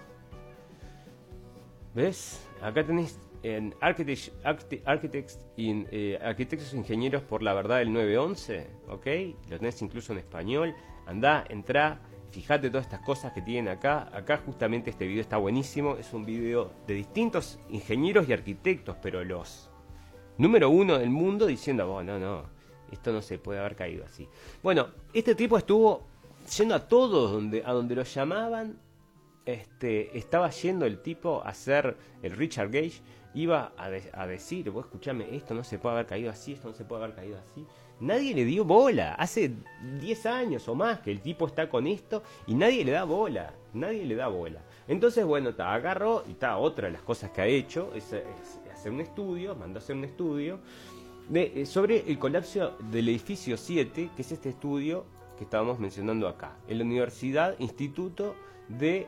¿Ves? Acá tenéis en Architects Arquitectos e Ingenieros por la Verdad del 911, ¿ok? Lo tenés incluso en español. Andá, entrá, fíjate todas estas cosas que tienen acá. Acá justamente este video está buenísimo. Es un video de distintos ingenieros y arquitectos, pero los número uno del mundo diciendo, oh, no, esto no se puede haber caído así. Bueno, este tipo estuvo yendo a todos a donde lo llamaban. Estaba yendo el tipo a hacer, el Richard Gage iba a decir, vos escuchame, esto no se puede haber caído así, esto no se puede haber caído así. Nadie le dio bola. Hace 10 años o más que el tipo está con esto y nadie le da bola. Entonces, bueno, agarró, y otra de las cosas que ha hecho es hacer un estudio, mandó a hacer un estudio sobre el colapso del edificio 7, que es este estudio que estábamos mencionando acá, en la Universidad Instituto de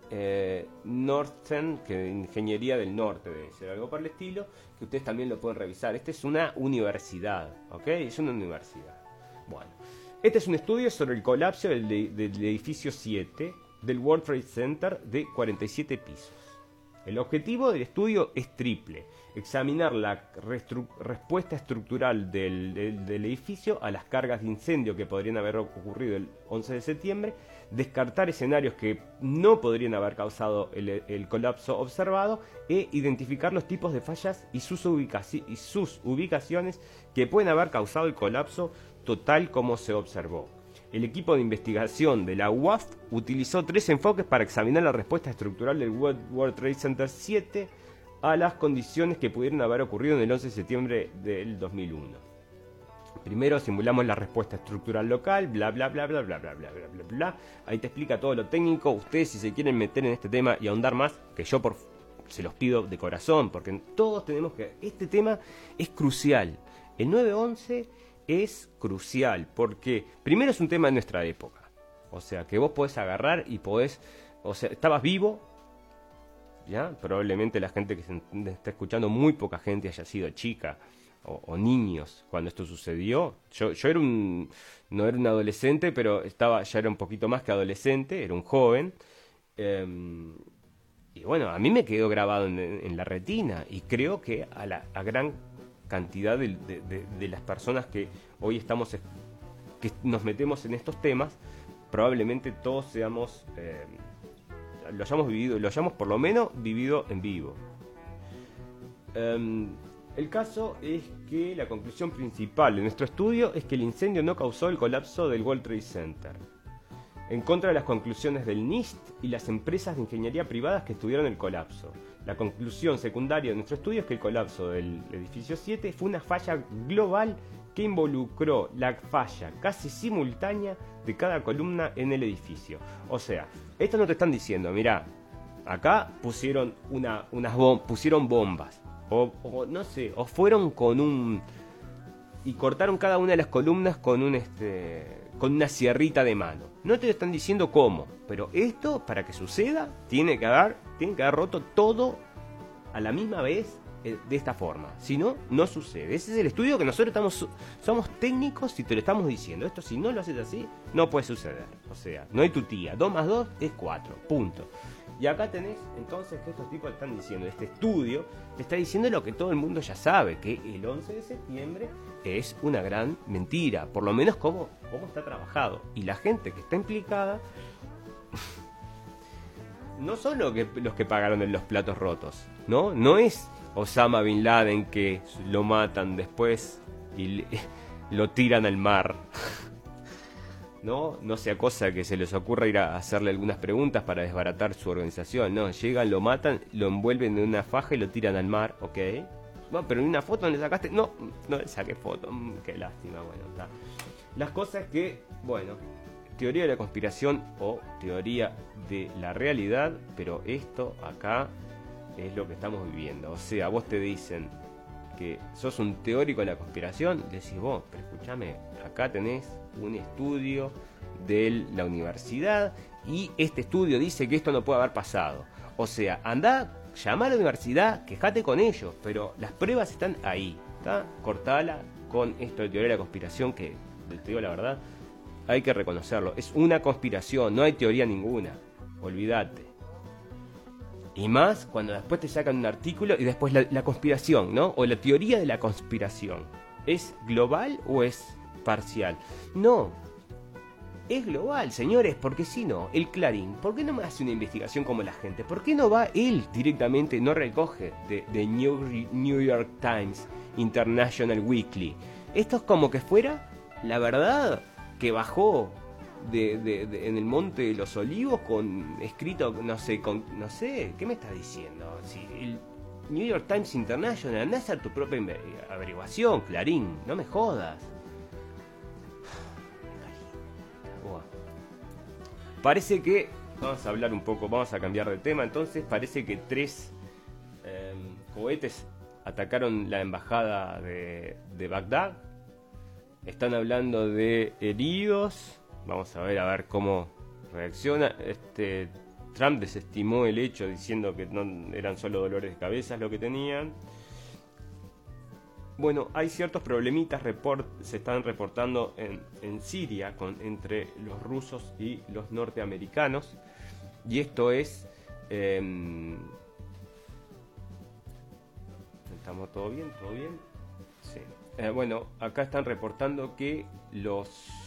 Northern, que de Ingeniería del Norte debe ser, algo por el estilo, que ustedes también lo pueden revisar. Esta es una universidad, ¿ok? Es una universidad. Bueno, este es un estudio sobre el colapso del edificio 7 del World Trade Center de 47 pisos. El objetivo del estudio es triple: examinar la respuesta estructural del edificio a las cargas de incendio que podrían haber ocurrido el 11 de septiembre, descartar escenarios que no podrían haber causado el colapso observado, e identificar los tipos de fallas y sus ubicaciones que pueden haber causado el colapso total como se observó. El equipo de investigación de la UAF utilizó 3 enfoques para examinar la respuesta estructural del World Trade Center 7 a las condiciones que pudieron haber ocurrido en el 11 de septiembre del 2001. Primero simulamos la respuesta estructural local, bla bla bla bla bla bla bla bla bla bla. Ahí te explica todo lo técnico. Ustedes, si se quieren meter en este tema y ahondar más, que yo se los pido de corazón, porque todos tenemos que... Este tema es crucial. El 911 es crucial porque primero es un tema de nuestra época. O sea, que vos podés agarrar y podés... O sea, estabas vivo, ¿ya? Probablemente la gente que se está escuchando, muy poca gente haya sido chica o niños cuando esto sucedió. Yo no era un adolescente, pero ya era un poquito más que adolescente, era un joven. Y bueno, a mí me quedó grabado en la retina, y creo que a gran cantidad de las personas que hoy que nos metemos en estos temas, probablemente todos lo hayamos por lo menos vivido en vivo. El caso es que la conclusión principal de nuestro estudio es que el incendio no causó el colapso del World Trade Center, en contra de las conclusiones del NIST y las empresas de ingeniería privadas que estudiaron el colapso. La conclusión secundaria de nuestro estudio es que el colapso del edificio 7 fue una falla global que involucró la falla casi simultánea de cada columna en el edificio. O sea, esto no te están diciendo, mirá, acá pusieron pusieron bombas, o no sé, o fueron y cortaron cada una de las columnas con una sierrita de mano. No te están diciendo cómo, pero esto, para que suceda, tiene que haber roto todo a la misma vez de esta forma. Si no, no sucede. Ese es el estudio que nosotros somos técnicos y te lo estamos diciendo. Esto, si no lo haces así, no puede suceder. O sea, no hay tu tía. 2 más 2 es 4. Punto. Y acá tenés entonces que estos tipos están diciendo, este estudio te está diciendo lo que todo el mundo ya sabe, que el 11 de septiembre es una gran mentira, por lo menos cómo está trabajado. Y la gente que está implicada no son los que pagaron en los platos rotos, ¿no? No es Osama Bin Laden que lo matan después y lo tiran al mar. No sea cosa que se les ocurra ir a hacerle algunas preguntas para desbaratar su organización. No, llegan, lo matan, lo envuelven en una faja y lo tiran al mar, ¿ok? Bueno, pero en una foto no le sacaste. No le saqué foto. Qué lástima, bueno, está. Las cosas que, bueno, teoría de la conspiración o teoría de la realidad, pero esto acá es lo que estamos viviendo. O sea, vos te dicen que sos un teórico de la conspiración, decís vos, pero escúchame, acá tenés un estudio de la universidad y este estudio dice que esto no puede haber pasado. O sea, andá, llama a la universidad, quejate con ellos, pero las pruebas están ahí, ¿está? Cortala con esto de teoría de la conspiración, que, te digo la verdad, hay que reconocerlo, es una conspiración, no hay teoría ninguna, olvídate. Y más cuando después te sacan un artículo y después la conspiración, ¿no? O la teoría de la conspiración. ¿Es global o es parcial? No, es global, señores, porque si no, el Clarín, ¿por qué no me hace una investigación como la gente? ¿Por qué no va él directamente, no recoge de New York Times International Weekly? Esto es como que fuera la verdad que bajó en el Monte de los Olivos con escrito, no sé, ¿qué me estás diciendo? Si el New York Times International, andá a hacer tu propia averiguación, Clarín, no me jodas. Parece que, vamos a hablar un poco, vamos a cambiar de tema, entonces parece que 3 cohetes atacaron la embajada de Bagdad. Están hablando de heridos. Vamos a ver cómo reacciona. Trump desestimó el hecho diciendo que no eran solo dolores de cabeza lo que tenían. Bueno, hay ciertos problemitas se están reportando en Siria entre los rusos y los norteamericanos. Y esto es... ¿Estamos todo bien? ¿Todo bien? Sí. Bueno, acá están reportando que los...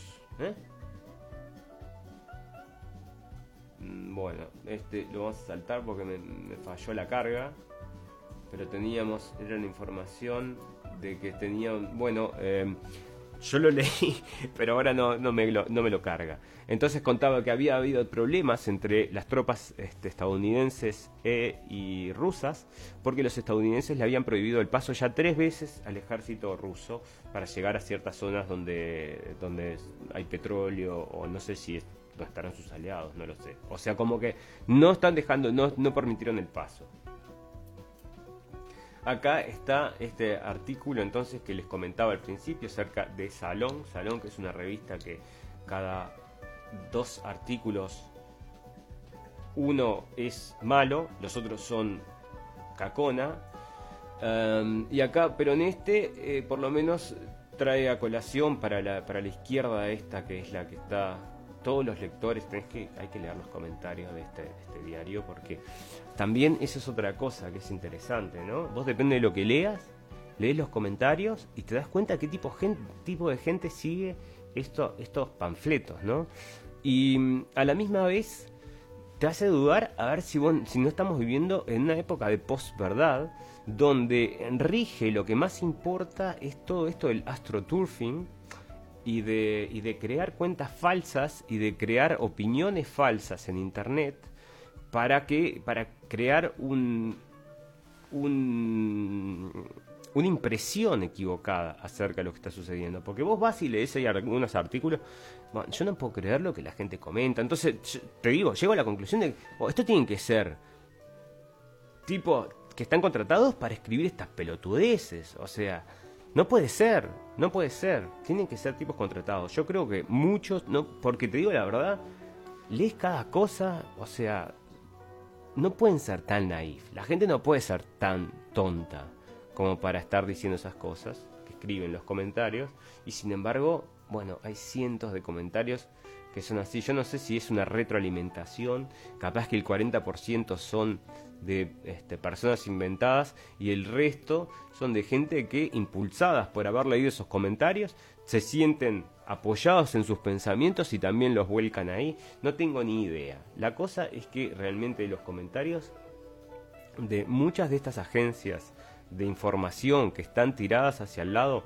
Bueno, lo vamos a saltar porque me falló la carga. Pero era una información de que tenían... Bueno, yo lo leí, pero ahora no me lo carga. Entonces contaba que había habido problemas entre las tropas estadounidenses y rusas, porque los estadounidenses le habían prohibido el paso ya 3 veces al ejército ruso para llegar a ciertas zonas donde hay petróleo, o no sé si no estarán sus aliados, no lo sé. O sea, como que no están dejando, no permitieron el paso. Acá está este artículo entonces que les comentaba al principio acerca de Salón, que es una revista que cada 2 artículos, uno es malo, los otros son cacona, y acá, pero en por lo menos trae a colación para la izquierda esta, que es la que está... Todos los lectores, hay que leer los comentarios de este diario, porque también eso es otra cosa que es interesante, ¿no? Vos, depende de lo que lees los comentarios y te das cuenta qué tipo de gente sigue estos panfletos, ¿no? Y a la misma vez te hace dudar a ver si no estamos viviendo en una época de posverdad, donde rige lo que más importa es todo esto del astroturfing, y de crear cuentas falsas y de crear opiniones falsas en internet para crear una impresión equivocada acerca de lo que está sucediendo. Porque vos vas y lees ahí algunos artículos, bueno, yo no puedo creer lo que la gente comenta. Entonces, te digo, llego a la conclusión de que esto tienen que ser tipo que están contratados para escribir estas pelotudeces. O sea, no puede ser. Tienen que ser tipos contratados. Yo creo que muchos, no, porque te digo la verdad, lees cada cosa, o sea, no pueden ser tan naif. La gente no puede ser tan tonta. como para estar diciendo esas cosas que escriben los comentarios, y sin embargo, bueno, hay cientos de comentarios que son así. Yo no sé si es una retroalimentación, capaz que el 40% son de personas inventadas y el resto son de gente que, impulsadas por haber leído esos comentarios, se sienten apoyados en sus pensamientos y también los vuelcan ahí. No tengo ni idea. La cosa es que realmente los comentarios de muchas de estas agencias de información que están tiradas hacia el lado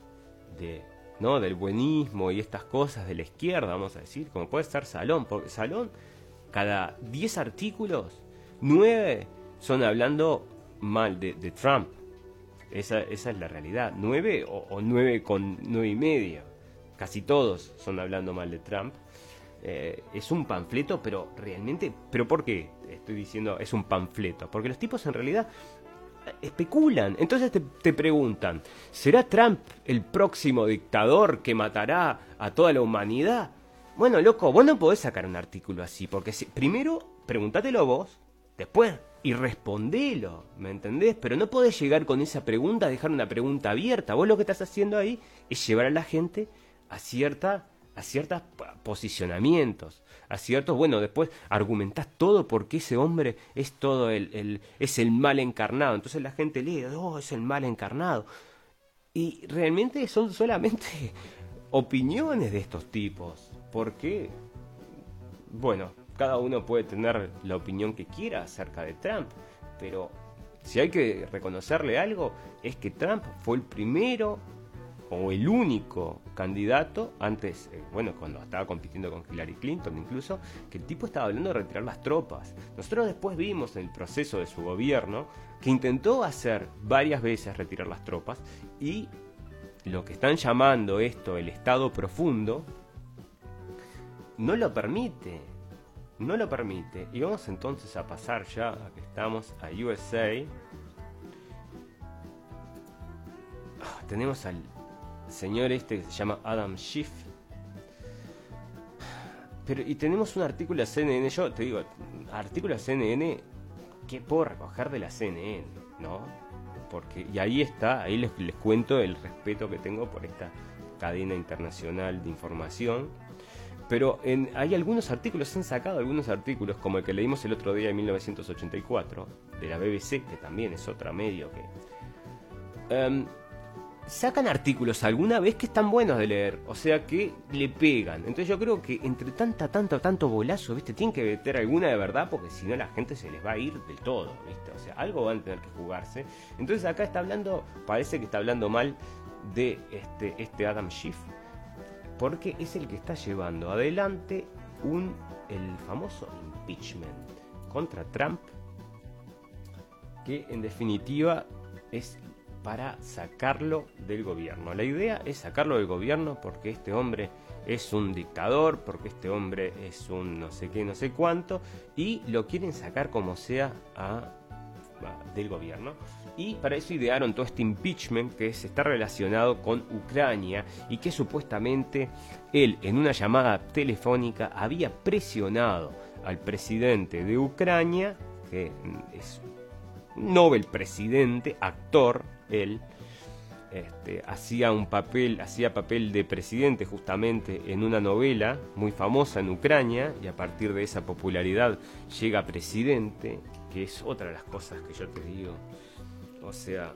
del buenismo y estas cosas de la izquierda, vamos a decir, como puede ser Salón, porque Salón, cada 10 artículos, 9 son hablando mal de Trump. Esa es la realidad. 9 o 9 con 9,5. Casi todos son hablando mal de Trump. Es un panfleto, pero realmente... ¿Pero por qué estoy diciendo es un panfleto? Porque los tipos en realidad especulan. Entonces te preguntan, ¿será Trump el próximo dictador que matará a toda la humanidad? Bueno, loco, vos no podés sacar un artículo así, porque primero pregúntatelo vos, después y respondelo, ¿me entendés? Pero no podés llegar con esa pregunta, dejar una pregunta abierta. Vos lo que estás haciendo ahí es llevar a la gente a ciertos posicionamientos, a ciertos, bueno, después argumentás todo porque ese hombre es todo es el mal encarnado. Entonces la gente lee, es el mal encarnado. Y realmente son solamente opiniones de estos tipos, porque, bueno, cada uno puede tener la opinión que quiera acerca de Trump, pero si hay que reconocerle algo, es que Trump fue el primero o el único candidato, antes, cuando estaba compitiendo con Hillary Clinton incluso, que el tipo estaba hablando de retirar las tropas. Nosotros después vimos en el proceso de su gobierno que intentó hacer varias veces retirar las tropas, y lo que están llamando esto el Estado Profundo no lo permite. No lo permite. Y vamos entonces a pasar ya, a que estamos a USA. Tenemos al señor que se llama Adam Schiff. Y tenemos un artículo de CNN. Yo te digo, artículo de CNN que puedo recoger de la CNN, ¿no? Y ahí está, ahí les cuento el respeto que tengo por esta cadena internacional de información. Pero hay algunos artículos, se han sacado algunos artículos, como el que leímos el otro día en 1984, de la BBC, que también es otra medio que... sacan artículos alguna vez que están buenos de leer, o sea que le pegan. Entonces yo creo que entre tanto bolazo, ¿viste? Tienen que meter alguna de verdad, porque si no la gente se les va a ir del todo, ¿viste? O sea, algo van a tener que jugarse. Entonces acá parece que está hablando mal de este Adam Schiff, porque es el que está llevando adelante el famoso impeachment contra Trump, que en definitiva es para sacarlo del gobierno. La idea es sacarlo del gobierno porque este hombre es un dictador, porque este hombre es un no sé qué, no sé cuánto, y lo quieren sacar como sea del gobierno. Y para eso idearon todo este impeachment que está relacionado con Ucrania, y que supuestamente él, en una llamada telefónica, había presionado al presidente de Ucrania, que es un Nobel presidente, actor, él hacía papel de presidente justamente en una novela muy famosa en Ucrania, y a partir de esa popularidad llega presidente, que es otra de las cosas que yo te digo. O sea,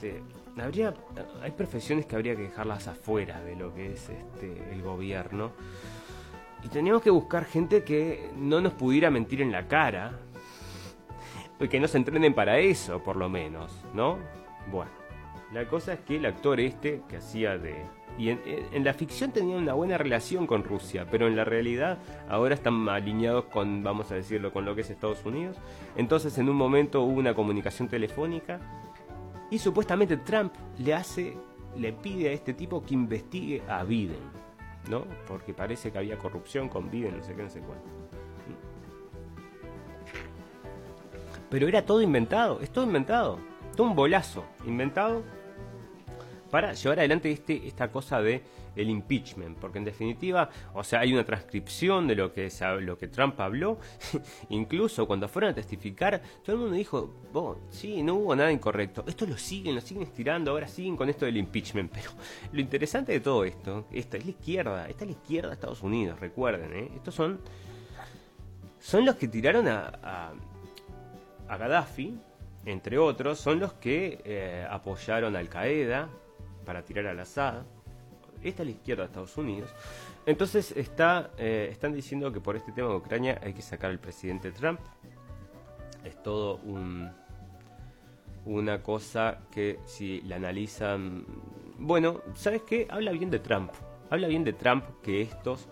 hay profesiones que habría que dejarlas afuera de lo que es el gobierno, y teníamos que buscar gente que no nos pudiera mentir en la cara, y que no se entrenen para eso, por lo menos, ¿no? Bueno, la cosa es que el actor que hacía y en la ficción tenía una buena relación con Rusia, pero en la realidad ahora están alineados con, vamos a decirlo, con lo que es Estados Unidos. Entonces en un momento hubo una comunicación telefónica, y supuestamente Trump le pide a este tipo que investigue a Biden, ¿no? Porque parece que había corrupción con Biden, no sé qué, no sé cuánto. Pero era todo inventado, es todo inventado, todo un bolazo inventado para llevar adelante esta cosa de el impeachment, porque en definitiva, o sea, hay una transcripción de lo que Trump habló. Incluso cuando fueron a testificar, todo el mundo dijo, sí, no hubo nada incorrecto. Esto lo siguen estirando, ahora siguen con esto del impeachment. Pero lo interesante de todo esto, esta es la izquierda de Estados Unidos, recuerden, estos son los que tiraron a Gaddafi, entre otros, son los que apoyaron a Al Qaeda para tirar al Assad. Esta es la izquierda de Estados Unidos. Entonces están diciendo que por este tema de Ucrania hay que sacar al presidente Trump. Es todo una cosa que si la analizan... Bueno, ¿sabes qué? Habla bien de Trump que estos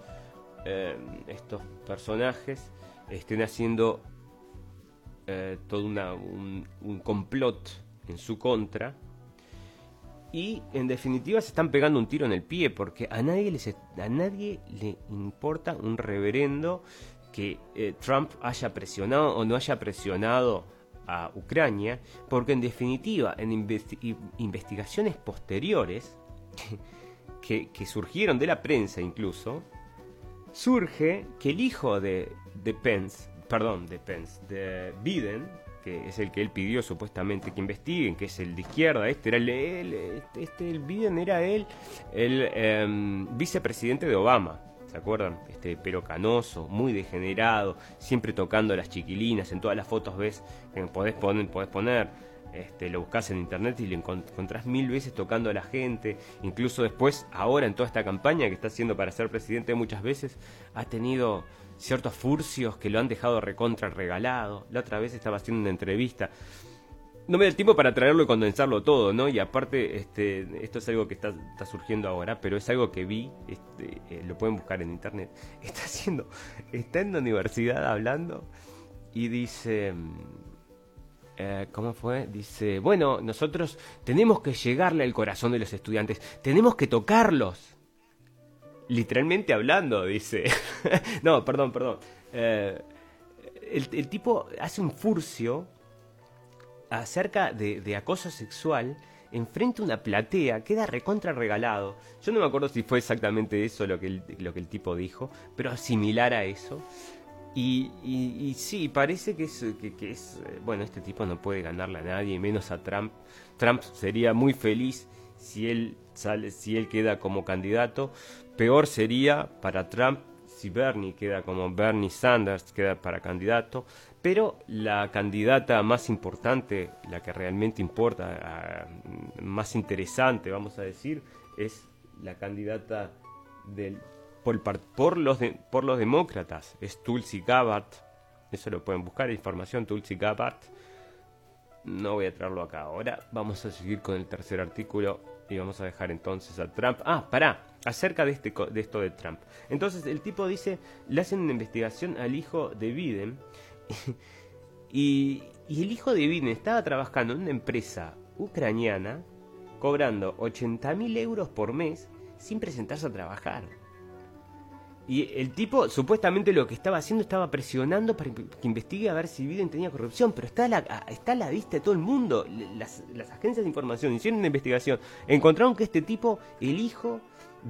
personajes estén haciendo todo un complot en su contra. Y en definitiva se están pegando un tiro en el pie, porque a nadie le importa un reverendo que Trump haya presionado o no haya presionado a Ucrania, porque en definitiva en investigaciones posteriores que surgieron de la prensa incluso, surge que el hijo de Biden, que es el que él pidió supuestamente que investiguen, que es el de izquierda, el Biden era el vicepresidente de Obama, ¿se acuerdan? Pelo canoso, muy degenerado, siempre tocando a las chiquilinas, en todas las fotos ves, que podés poner, lo buscas en internet y lo encontrás 1000 veces tocando a la gente. Incluso después, ahora en toda esta campaña que está haciendo para ser presidente, muchas veces ha tenido ciertos furcios que lo han dejado recontra regalado. La otra vez estaba haciendo una entrevista, no me da el tiempo para traerlo y condensarlo todo, ¿no? Y aparte, esto es algo que está surgiendo ahora, pero es algo que vi, lo pueden buscar en internet. Está en la universidad hablando y dice, ¿cómo fue? Dice, bueno, nosotros tenemos que llegarle al corazón de los estudiantes, tenemos que tocarlos. Literalmente hablando, dice. No, perdón. El tipo hace un furcio acerca de acoso sexual enfrente a una platea, queda recontra regalado. Yo no me acuerdo si fue exactamente eso lo que el tipo dijo, pero similar a eso. Y sí, parece que es bueno, este tipo no puede ganarle a nadie, menos a Trump. Trump sería muy feliz si él queda como candidato. Peor sería para Trump si Bernie Sanders queda para candidato. Pero la candidata más importante, la que realmente importa, más interesante, vamos a decir, es la candidata por los demócratas, es Tulsi Gabbard. Eso lo pueden buscar, información, Tulsi Gabbard. No voy a traerlo acá ahora. Vamos a seguir con el tercer artículo y vamos a dejar entonces a Trump. Acerca de esto de Trump. Entonces el tipo dice, le hacen una investigación al hijo de Biden y el hijo de Biden estaba trabajando en una empresa ucraniana cobrando 80.000 euros por mes sin presentarse a trabajar. Y el tipo, supuestamente lo que estaba haciendo, estaba presionando para que investigue a ver si Biden tenía corrupción. Pero está a la vista de todo el mundo. Las agencias de información hicieron una investigación. Encontraron que este tipo, el hijo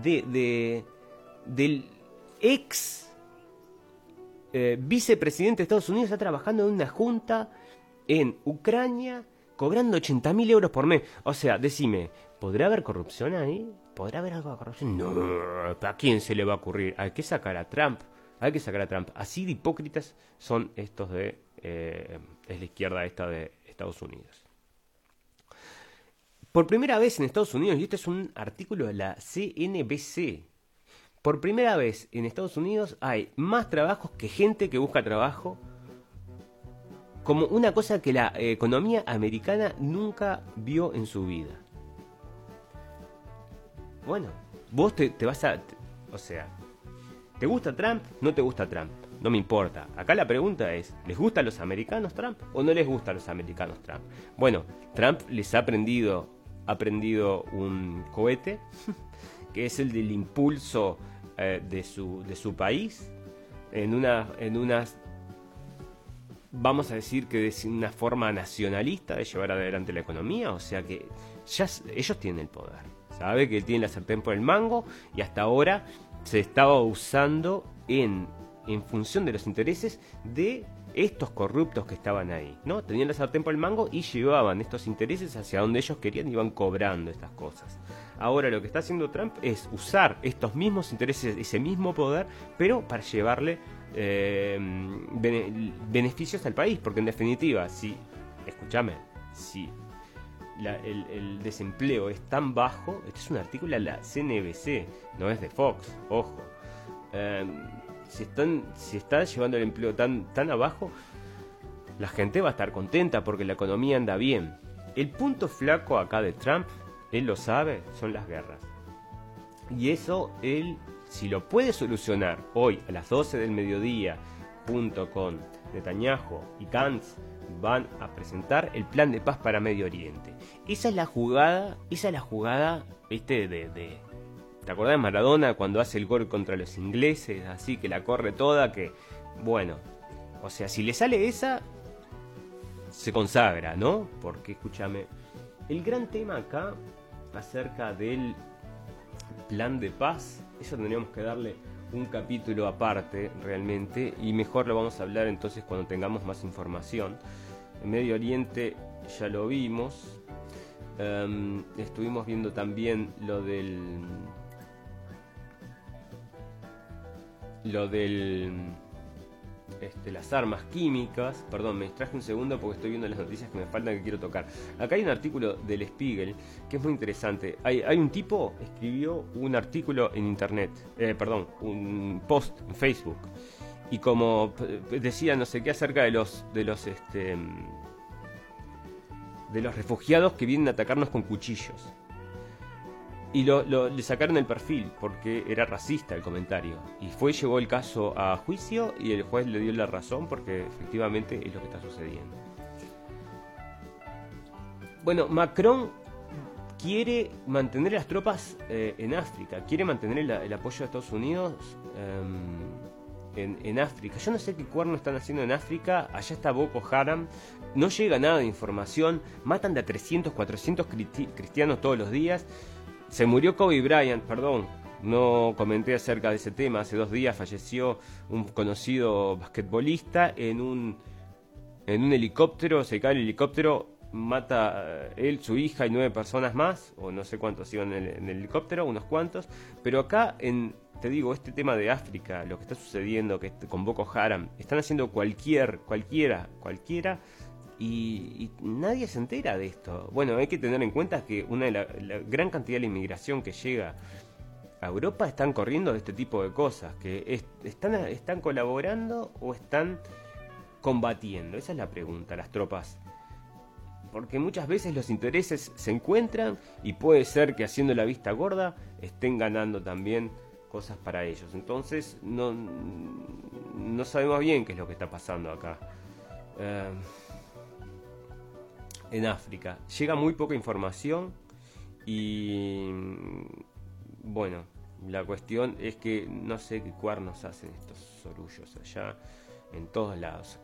del ex vicepresidente de Estados Unidos, está trabajando en una junta en Ucrania, cobrando 80.000 euros por mes. O sea, decime, ¿podrá haber corrupción ahí? ¿Podrá haber algo de corrupción? No, ¿a quién se le va a ocurrir? Hay que sacar a Trump. Así de hipócritas son estos es la izquierda esta de Estados Unidos. Por primera vez en Estados Unidos, y este es un artículo de la CNBC, por primera vez en Estados Unidos hay más trabajos que gente que busca trabajo, como una cosa que la economía americana nunca vio en su vida. Bueno, vos te vas a... O sea, ¿te gusta Trump? ¿No te gusta Trump? No me importa. Acá la pregunta es, ¿les gusta a los americanos Trump o no les gusta a los americanos Trump? Bueno, Trump les ha aprendido un cohete, que es el del impulso de su país, en unas vamos a decir que es una forma nacionalista de llevar adelante la economía. O sea que ya ellos tienen el poder. sabe que él tiene la sartén por el mango y hasta ahora se estaba usando en función de los intereses de estos corruptos que estaban ahí, ¿no? Tenían la sartén por el mango y llevaban estos intereses hacia donde ellos querían y iban cobrando estas cosas. Ahora lo que está haciendo Trump es usar estos mismos intereses, ese mismo poder, pero para llevarle beneficios al país, porque en definitiva, si el desempleo es tan bajo, este es un artículo de la CNBC, no es de Fox, ojo. Si está llevando el empleo tan abajo, la gente va a estar contenta porque la economía anda bien. El punto flaco acá de Trump, él lo sabe, son las guerras. Y eso él, si lo puede solucionar hoy a las 12 del mediodía, junto con Netanyahu y Gantz, van a presentar el plan de paz para Medio Oriente. Esa es la jugada, ¿viste? ¿Te acordás de Maradona cuando hace el gol contra los ingleses? Así que la corre toda, que bueno, o sea, si le sale esa, se consagra, ¿no? Porque, escúchame, el gran tema acá acerca del plan de paz, eso tendríamos que darle un capítulo aparte realmente, y mejor lo vamos a hablar entonces cuando tengamos más información. En Medio Oriente ya lo vimos, estuvimos viendo también lo del las armas químicas. Perdón, me distraje un segundo porque estoy viendo las noticias que me faltan, que quiero tocar. Acá hay un artículo del Spiegel que es muy interesante. Hay un tipo escribió un artículo en internet, un post en Facebook, y como decía no sé qué acerca de los refugiados que vienen a atacarnos con cuchillos. Y le sacaron el perfil porque era racista el comentario. Y llevó el caso a juicio y el juez le dio la razón porque efectivamente es lo que está sucediendo. Bueno, Macron quiere mantener las tropas en África, quiere mantener el apoyo de Estados Unidos en África. Yo no sé qué cuerno están haciendo en África. Allá está Boko Haram, no llega nada de información, matan de a 300, 400 cristianos todos los días. Se murió Kobe Bryant, perdón, no comenté acerca de ese tema. Hace 2 días falleció un conocido basquetbolista en un helicóptero. Se cae el helicóptero, mata él, su hija y 9 personas más, o no sé cuántos iban en el helicóptero, unos cuantos. Pero acá, te digo, este tema de África, lo que está sucediendo con Boko Haram, están haciendo cualquiera, y nadie se entera de esto. Bueno, hay que tener en cuenta que la gran cantidad de la inmigración que llega a Europa están corriendo de este tipo de cosas, que están colaborando o están combatiendo. Esa es la pregunta, las tropas. Porque muchas veces los intereses se encuentran y puede ser que haciendo la vista gorda estén ganando también cosas para ellos. Entonces no sabemos bien qué es lo que está pasando acá. En África llega muy poca información y bueno, la cuestión es que no sé qué cuernos hacen estos sorullos allá, en todos lados.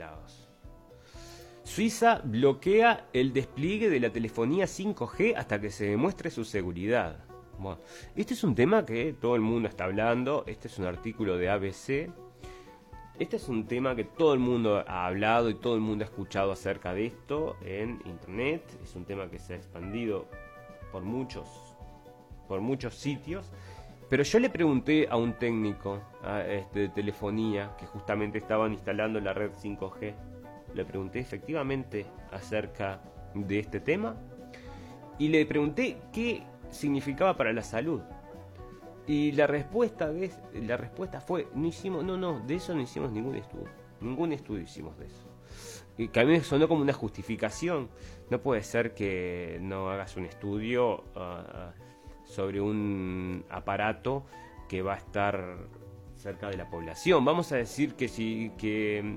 Suiza bloquea el despliegue de la telefonía 5G hasta que se demuestre su seguridad. Bueno, este es un tema que todo el mundo está hablando. Este es un artículo de ABC. Este es un tema que todo el mundo ha hablado y todo el mundo ha escuchado acerca de esto en internet. Es un tema que se ha expandido por muchos sitios. Pero yo le pregunté a un técnico de telefonía que justamente estaban instalando la red 5G. Le pregunté efectivamente acerca de este tema y le pregunté qué significaba para la salud. Y la respuesta fue, de eso no hicimos ningún estudio hicimos de eso. Y que a mí me sonó como una justificación. No puede ser que no hagas un estudio sobre un aparato que va a estar cerca de la población. Vamos a decir que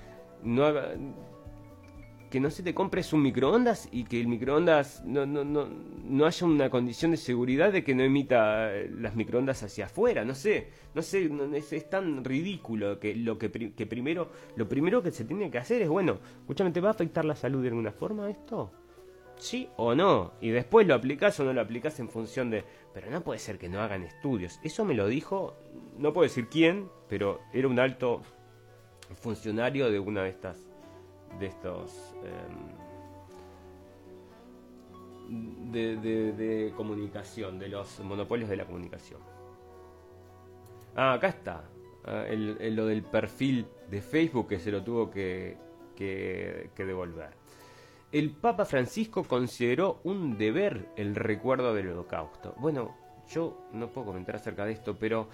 no se te compres un microondas y que el microondas no haya una condición de seguridad de que no emita las microondas hacia afuera. No sé, es tan ridículo que lo primero que se tiene que hacer es, bueno, escúchame, ¿te va a afectar la salud de alguna forma esto? sí o no, y después lo aplicás o no lo aplicás en función de, pero no puede ser que no hagan estudios. Eso me lo dijo, no puedo decir quién, pero era un alto funcionario de una de estos de comunicación, de los monopolios de la comunicación. Acá está. Lo del perfil de Facebook, que se lo tuvo que devolver. El Papa Francisco consideró un deber el recuerdo del Holocausto. Bueno, yo no puedo comentar acerca de esto, pero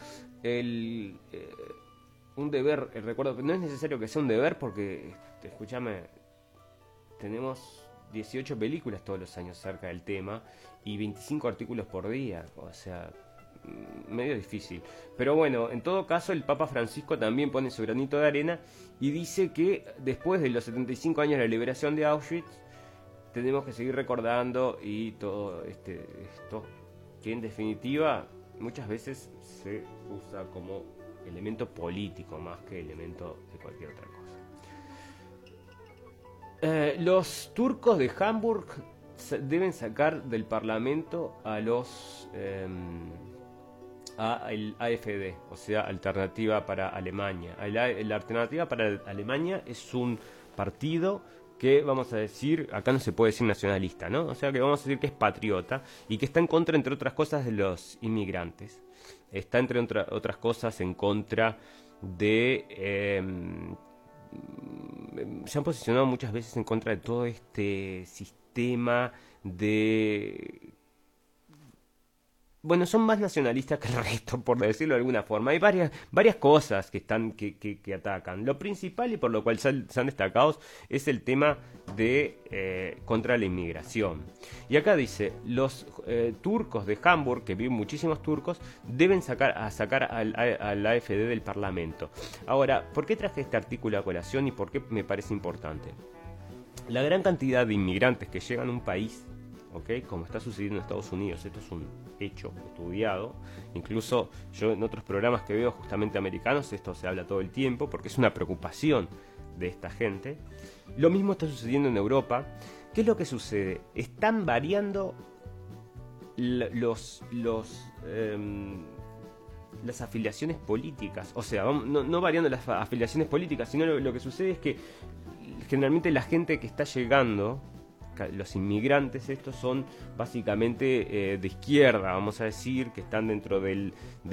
un deber, el recuerdo, no es necesario que sea un deber porque, escúchame, tenemos 18 películas todos los años acerca del tema y 25 artículos por día, o sea, medio difícil. Pero bueno, en todo caso el Papa Francisco también pone su granito de arena y dice que después de los 75 años de la liberación de Auschwitz tenemos que seguir recordando y todo esto que en definitiva muchas veces se usa como elemento político más que elemento de cualquier otra cosa. Los turcos de Hamburg deben sacar del Parlamento a los el AfD, o sea, Alternativa para Alemania. La Alternativa para Alemania es un partido que, vamos a decir, acá no se puede decir nacionalista, ¿no? O sea, que vamos a decir que es patriota y que está en contra, entre otras cosas, de los inmigrantes. Está, entre otras cosas, en contra de... se han posicionado muchas veces en contra de todo este sistema de... Bueno, son más nacionalistas que el resto, por decirlo de alguna forma. Hay varias cosas que atacan. Lo principal y por lo cual se han destacado es el tema de contra la inmigración. Y acá dice, los turcos de Hamburg, que viven muchísimos turcos, deben sacar al AfD del Parlamento. Ahora, ¿por qué traje este artículo a colación y por qué me parece importante? La gran cantidad de inmigrantes que llegan a un país, ¿okay?, como está sucediendo en Estados Unidos, esto es un hecho estudiado, incluso yo en otros programas que veo justamente americanos, esto se habla todo el tiempo porque es una preocupación de esta gente. Lo mismo está sucediendo en Europa. ¿Qué es lo que sucede? Están variando las afiliaciones políticas, o sea, no variando las afiliaciones políticas, sino lo que sucede es que generalmente la gente que está llegando, los inmigrantes estos, son básicamente de izquierda, vamos a decir, que están dentro el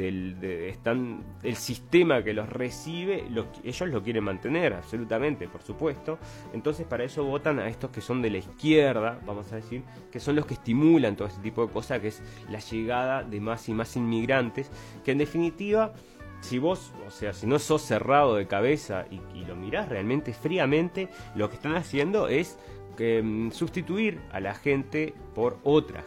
sistema que los recibe, ellos lo quieren mantener, absolutamente, por supuesto. Entonces para eso votan a estos que son de la izquierda, vamos a decir, que son los que estimulan todo este tipo de cosas, que es la llegada de más y más inmigrantes, que en definitiva, si vos, o sea, si no sos cerrado de cabeza y lo mirás realmente fríamente, lo que están haciendo es sustituir a la gente por otra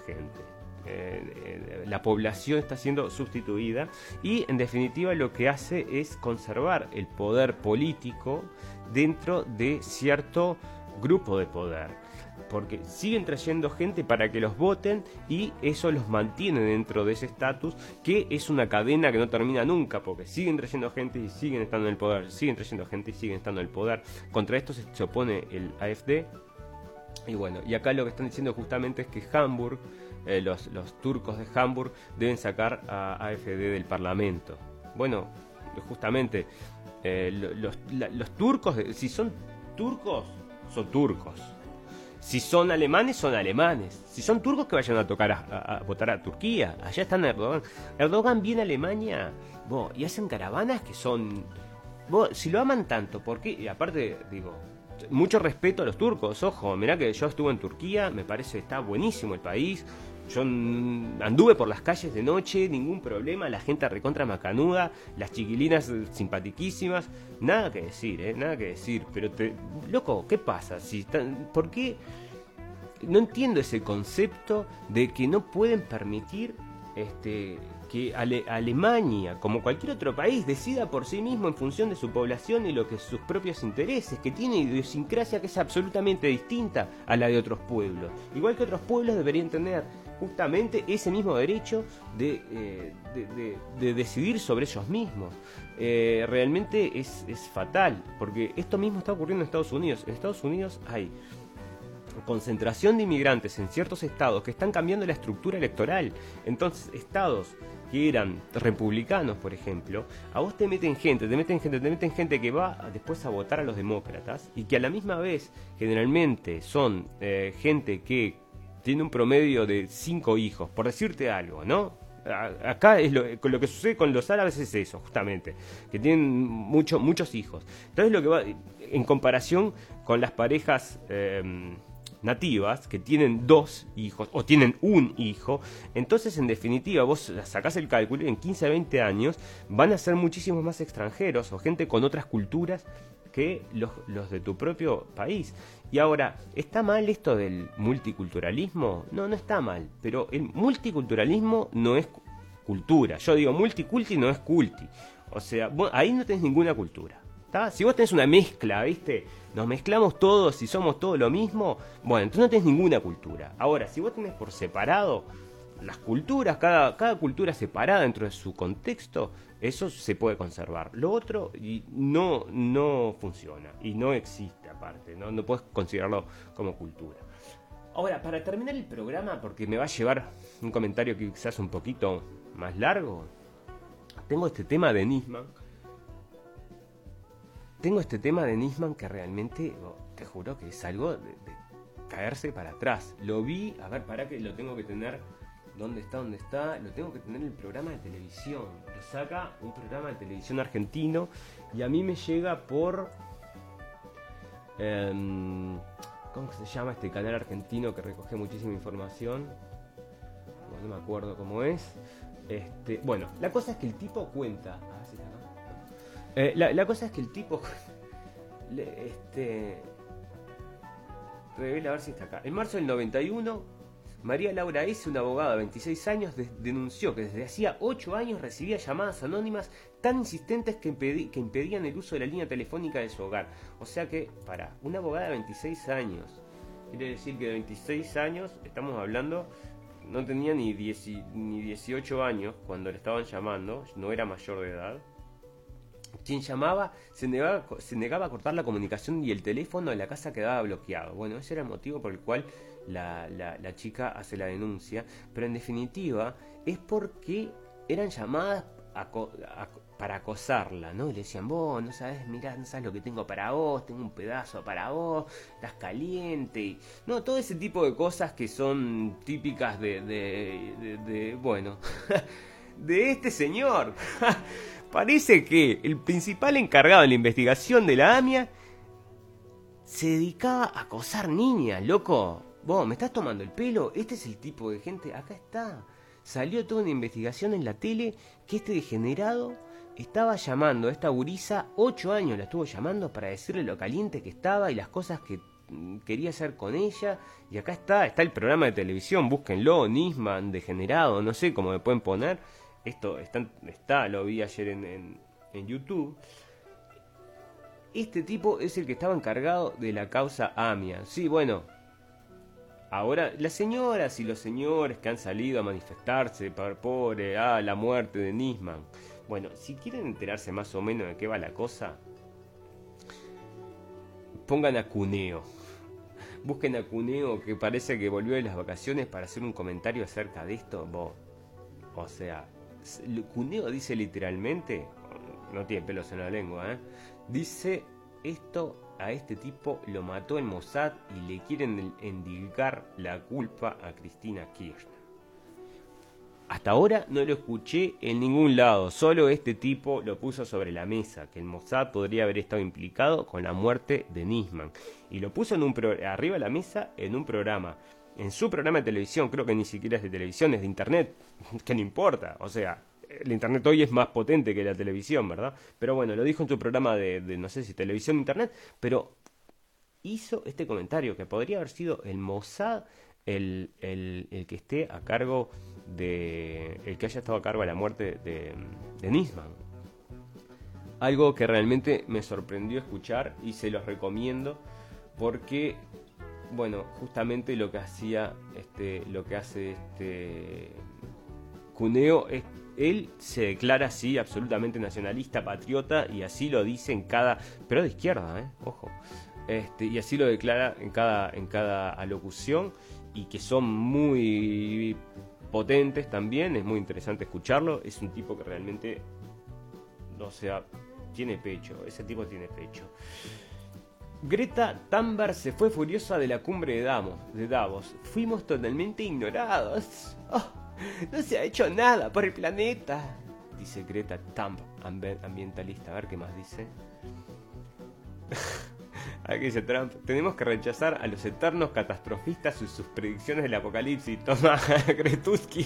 gente. La población está siendo sustituida y en definitiva lo que hace es conservar el poder político dentro de cierto grupo de poder, porque siguen trayendo gente para que los voten y eso los mantiene dentro de ese estatus, que es una cadena que no termina nunca, porque siguen trayendo gente y siguen estando en el poder, siguen trayendo gente y siguen estando en el poder. Contra esto se opone el AfD. Y bueno, y acá lo que están diciendo justamente es que Hamburg, los turcos de Hamburg deben sacar a AfD del Parlamento. Bueno, justamente los turcos, si son turcos, son turcos. Si son alemanes, son alemanes. Si son turcos, que vayan a tocar a votar a Turquía. Allá está Erdogan. Erdogan viene a Alemania y hacen caravanas que son... si lo aman tanto, ¿por qué? Y aparte, digo... mucho respeto a los turcos, ojo, mirá que yo estuve en Turquía, me parece está buenísimo el país, yo anduve por las calles de noche, ningún problema, la gente recontra macanuda, las chiquilinas simpatiquísimas, nada que decir, nada que decir, pero loco, ¿qué pasa? ¿Por qué? No entiendo ese concepto de que no pueden permitir que Alemania, como cualquier otro país, decida por sí mismo en función de su población y sus propios intereses, que tiene idiosincrasia que es absolutamente distinta a la de otros pueblos. Igual que otros pueblos deberían tener justamente ese mismo derecho de decidir sobre ellos mismos. Realmente es fatal, porque esto mismo está ocurriendo en Estados Unidos. En Estados Unidos hay concentración de inmigrantes en ciertos estados que están cambiando la estructura electoral. Entonces, estados que eran republicanos, por ejemplo, a vos te meten gente que va después a votar a los demócratas y que a la misma vez generalmente son gente que tiene un promedio de 5 hijos, por decirte algo, ¿no? Acá es lo que sucede con los árabes es eso, justamente, que tienen muchos hijos. Entonces lo que va, en comparación con las parejas nativas que tienen 2 hijos o tienen un hijo, entonces en definitiva vos sacás el cálculo y en 15 a 20 años van a ser muchísimos más extranjeros o gente con otras culturas que los de tu propio país. Y ahora, ¿está mal esto del multiculturalismo? No, no está mal, pero el multiculturalismo no es cultura. Yo digo multiculti no es culti. O sea, ahí no tenés ninguna cultura. ¿Tá? Si vos tenés una mezcla, ¿viste? Nos mezclamos todos y somos todo lo mismo, bueno, entonces no tenés ninguna cultura. Ahora, si vos tenés por separado las culturas, cada cultura separada dentro de su contexto, eso se puede conservar. Lo otro no funciona y no existe aparte, no puedes considerarlo como cultura. Ahora, para terminar el programa, porque me va a llevar un comentario que quizás un poquito más largo, tengo este tema de Nisman. Que realmente, te juro que es algo de caerse para atrás. Lo vi, a ver, para que lo tengo que tener. ¿Dónde está? Lo tengo que tener en el programa de televisión. Lo saca un programa de televisión argentino y a mí me llega por... ¿cómo se llama este canal argentino que recoge muchísima información? No me acuerdo cómo es. Bueno, la cosa es que el tipo cuenta... A ver si está acá. La cosa es que el tipo... revela, a ver si está acá. En marzo del 91... María Laura S., una abogada de 26 años, denunció que desde hacía 8 años recibía llamadas anónimas tan insistentes que impedían el uso de la línea telefónica de su hogar. O sea que, una abogada de 26 años, quiere decir que de 26 años, estamos hablando, no tenía ni 18 años cuando le estaban llamando, no era mayor de edad. Quien llamaba se negaba a cortar la comunicación y el teléfono de la casa quedaba bloqueado. Bueno, ese era el motivo por el cual la chica hace la denuncia, pero en definitiva es porque eran llamadas para acosarla, ¿no? Y le decían, vos no sabes, mirá, no sabes lo que tengo para vos, tengo un pedazo para vos, estás caliente, y, no, todo ese tipo de cosas que son típicas de bueno, de este señor. Parece que el principal encargado de la investigación de la AMIA se dedicaba a acosar niñas, loco. Vos, ¿me estás tomando el pelo? Este es el tipo de gente... Acá está. Salió toda una investigación en la tele que este degenerado estaba llamando a esta gurisa, 8 años la estuvo llamando para decirle lo caliente que estaba y las cosas que quería hacer con ella. Y acá está el programa de televisión, búsquenlo, Nisman, degenerado, no sé cómo me pueden poner. Esto lo vi ayer en YouTube. Este tipo es el que estaba encargado de la causa AMIA. Sí, bueno, ahora las señoras y los señores que han salido a manifestarse por la muerte de Nisman. Bueno, si quieren enterarse más o menos de qué va la cosa, pongan a Cuneo. Busquen a Cuneo, que parece que volvió de las vacaciones para hacer un comentario acerca de esto. O sea, Cuneo dice literalmente, no tiene pelos en la lengua, dice esto: a este tipo lo mató el Mossad y le quieren endilgar la culpa a Cristina Kirchner. Hasta ahora no lo escuché en ningún lado, solo este tipo lo puso sobre la mesa, que el Mossad podría haber estado implicado con la muerte de Nisman. Y lo puso arriba de la mesa en un programa. En su programa de televisión, creo que ni siquiera es de televisión, es de internet, que no importa, o sea, el internet hoy es más potente que la televisión, ¿verdad? Pero bueno, lo dijo en su programa de no sé si televisión o internet, pero hizo este comentario, que podría haber sido el Mossad el que esté a cargo el que haya estado a cargo de la muerte de Nisman. Algo que realmente me sorprendió escuchar y se los recomiendo porque... Bueno, justamente lo que hace Cuneo es, él se declara así absolutamente nacionalista, patriota, y así lo dice en cada, pero de izquierda, ojo, y así lo declara en cada alocución, y que son muy potentes también. Es muy interesante escucharlo. Es un tipo que realmente, o sea, tiene pecho. Ese tipo tiene pecho. Greta Thunberg se fue furiosa de la cumbre de Davos. Fuimos totalmente ignorados. Oh, no se ha hecho nada por el planeta, dice Greta Thunberg, ambientalista. A ver qué más dice. Aquí dice Trump: tenemos que rechazar a los eternos catastrofistas y sus predicciones del apocalipsis. Toma, Gretusky.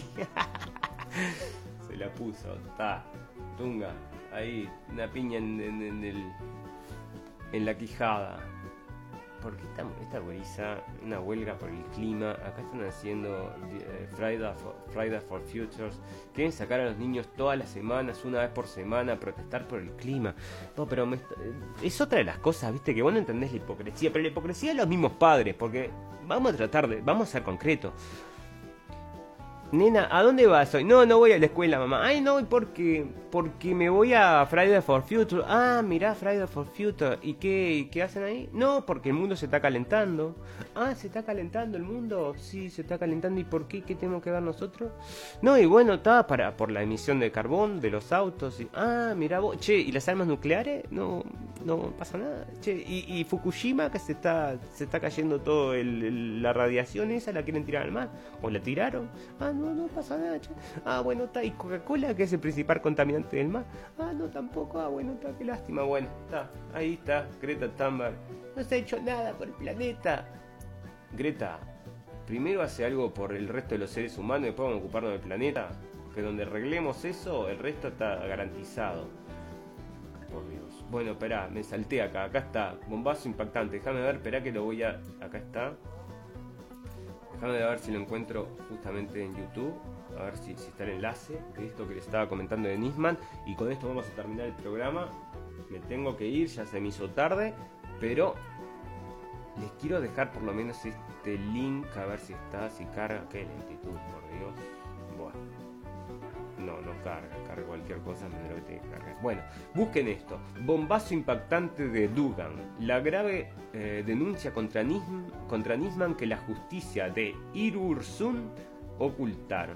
Se la puso, está. Tunga, ahí, una piña en la quijada. Porque esta gurisa, una huelga por el clima. Acá están haciendo Friday for Futures. Quieren sacar a los niños todas las semanas, una vez por semana, a protestar por el clima. No, pero es otra de las cosas, viste, que vos no entendés la hipocresía. Pero la hipocresía de los mismos padres. Porque vamos a ser concretos. Nena, ¿a dónde vas hoy? No voy a la escuela, mamá. Ay, no, porque me voy a Friday for Future. Ah, mirá, Friday for Future. ¿Y qué hacen ahí? No, porque el mundo se está calentando. Ah, ¿se está calentando el mundo? Sí, se está calentando. ¿Y por qué? ¿Qué tenemos que ver nosotros? No, y bueno, está por la emisión de carbón de los autos. Ah, mirá vos. Che, ¿y las armas nucleares? No pasa nada. Che, ¿y Fukushima, que se está cayendo todo la radiación esa, la quieren tirar al mar? ¿O la tiraron? Ah, no pasa nada, che. Ah, bueno, está. ¿Y Coca-Cola, que es el principal contaminante del mar? Ah, no, tampoco. Ah, bueno, está, qué lástima. Bueno, está. Ahí está, Greta Thunberg. No se ha hecho nada por el planeta. Greta, primero hace algo por el resto de los seres humanos y después vamos a ocuparnos del planeta. Que donde arreglemos eso, el resto está garantizado. Por Dios. Bueno, esperá, me salté acá. Acá está, bombazo impactante. Déjame ver, esperá que lo voy a... Acá está. Déjame ver si lo encuentro justamente en YouTube. A ver si está el enlace de esto que les estaba comentando de Nisman. Y con esto vamos a terminar el programa. Me tengo que ir, ya se me hizo tarde. Pero les quiero dejar por lo menos este link. A ver si carga. Qué lentitud, por Dios. Bueno. No carga cualquier cosa, me lo tiene que cargar. Bueno, busquen esto. Bombazo impactante de Duggan. La grave denuncia contra Nisman que la justicia de Irurzun ocultaron.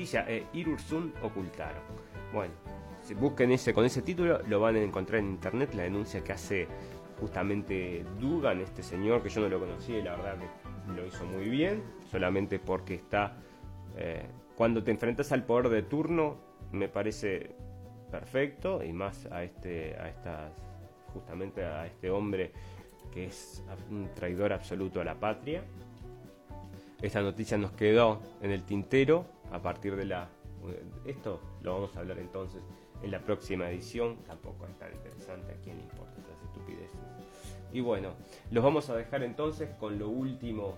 Bueno, si busquen con ese título, lo van a encontrar en internet. La denuncia que hace justamente Duggan, este señor que yo no lo conocía y la verdad que lo hizo muy bien. Solamente porque está... cuando te enfrentas al poder de turno, me parece perfecto, y más justamente a este hombre que es un traidor absoluto a la patria. Esta noticia nos quedó en el tintero a partir de esto lo vamos a hablar entonces en la próxima edición. Tampoco es tan interesante, a quién le importa estas estupideces. Y bueno, los vamos a dejar entonces con lo último.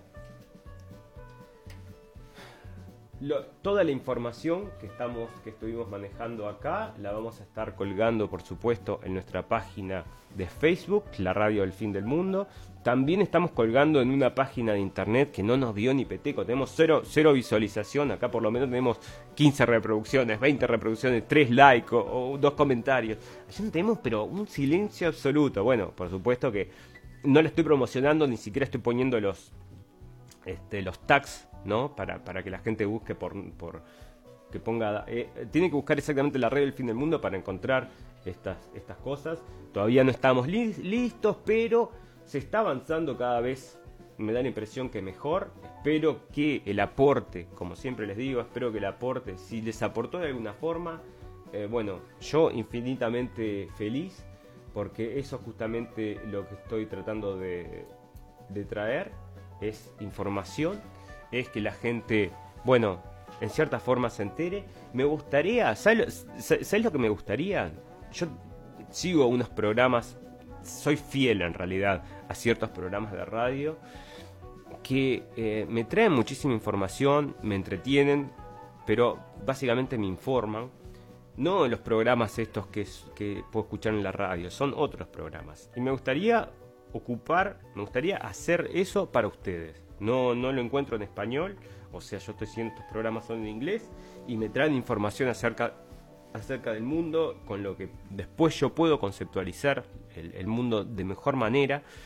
Toda la información que estuvimos manejando acá la vamos a estar colgando, por supuesto, en nuestra página de Facebook, La Radio del Fin del Mundo. También estamos colgando en una página de internet que no nos vio ni peteco. Tenemos cero visualización. Acá por lo menos tenemos 15 reproducciones, 20 reproducciones, 3 likes o 2 comentarios. Allá no tenemos, pero un silencio absoluto. Bueno, por supuesto que no lo estoy promocionando, ni siquiera estoy poniendo los tags, ¿no? Para que la gente busque por que ponga... tiene que buscar exactamente la red del fin del mundo para encontrar estas cosas. Todavía no estamos listos, pero se está avanzando cada vez. Me da la impresión que mejor. Espero que el aporte, como siempre les digo, si les aportó de alguna forma, bueno, yo infinitamente feliz, porque eso es justamente lo que estoy tratando de traer. Es información, es que la gente, bueno, en cierta forma se entere. Me gustaría, ¿sabes lo que me gustaría? Yo sigo unos programas, soy fiel en realidad a ciertos programas de radio que me traen muchísima información, me entretienen, pero básicamente me informan. No los programas estos que puedo escuchar en la radio, son otros programas. Y me gustaría hacer eso para ustedes. No lo encuentro en español, o sea, yo estoy haciendo estos programas son en inglés y me traen información acerca del mundo, con lo que después yo puedo conceptualizar el mundo de mejor manera.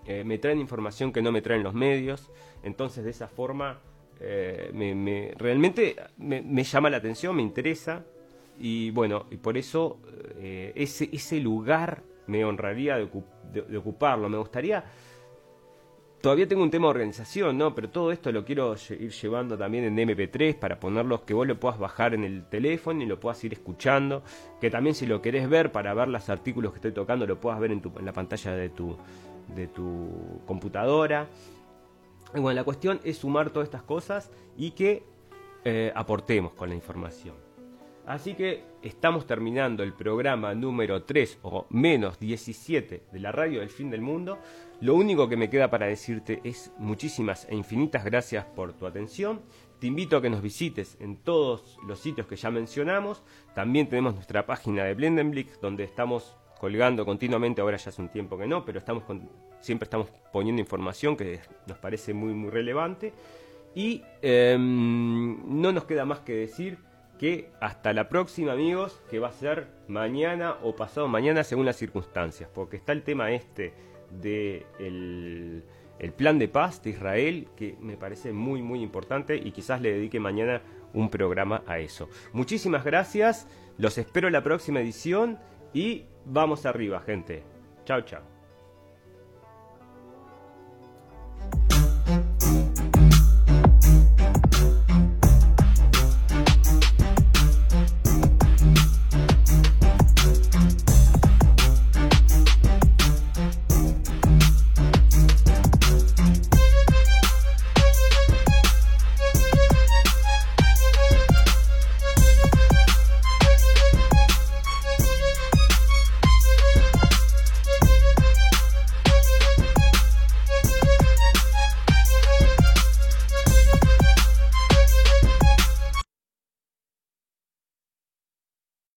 me traen información que no me traen los medios, entonces de esa forma realmente me llama la atención, me interesa, y bueno, y por eso ese lugar me honraría de ocuparlo. Me gustaría, todavía tengo un tema de organización, ¿no? Pero todo esto lo quiero ir llevando también en MP3 para ponerlos, que vos lo puedas bajar en el teléfono y lo puedas ir escuchando, que también si lo querés ver para ver los artículos que estoy tocando lo puedas ver en la pantalla de tu computadora. Y bueno, la cuestión es sumar todas estas cosas y que aportemos con la información. Así que estamos terminando el programa número 3 o menos 17 de la radio del fin del mundo. Lo único que me queda para decirte es muchísimas e infinitas gracias por tu atención. Te invito a que nos visites en todos los sitios que ya mencionamos. También tenemos nuestra página de Blendenblick, donde estamos colgando continuamente, ahora ya hace un tiempo que no, pero siempre estamos poniendo información que nos parece muy, muy relevante. Y no nos queda más que decir que hasta la próxima, amigos, que va a ser mañana o pasado mañana según las circunstancias, porque está el tema de el plan de paz de Israel, que me parece muy muy importante, y quizás le dedique mañana un programa a eso. Muchísimas gracias, los espero en la próxima edición y vamos arriba, gente. Chao, chao.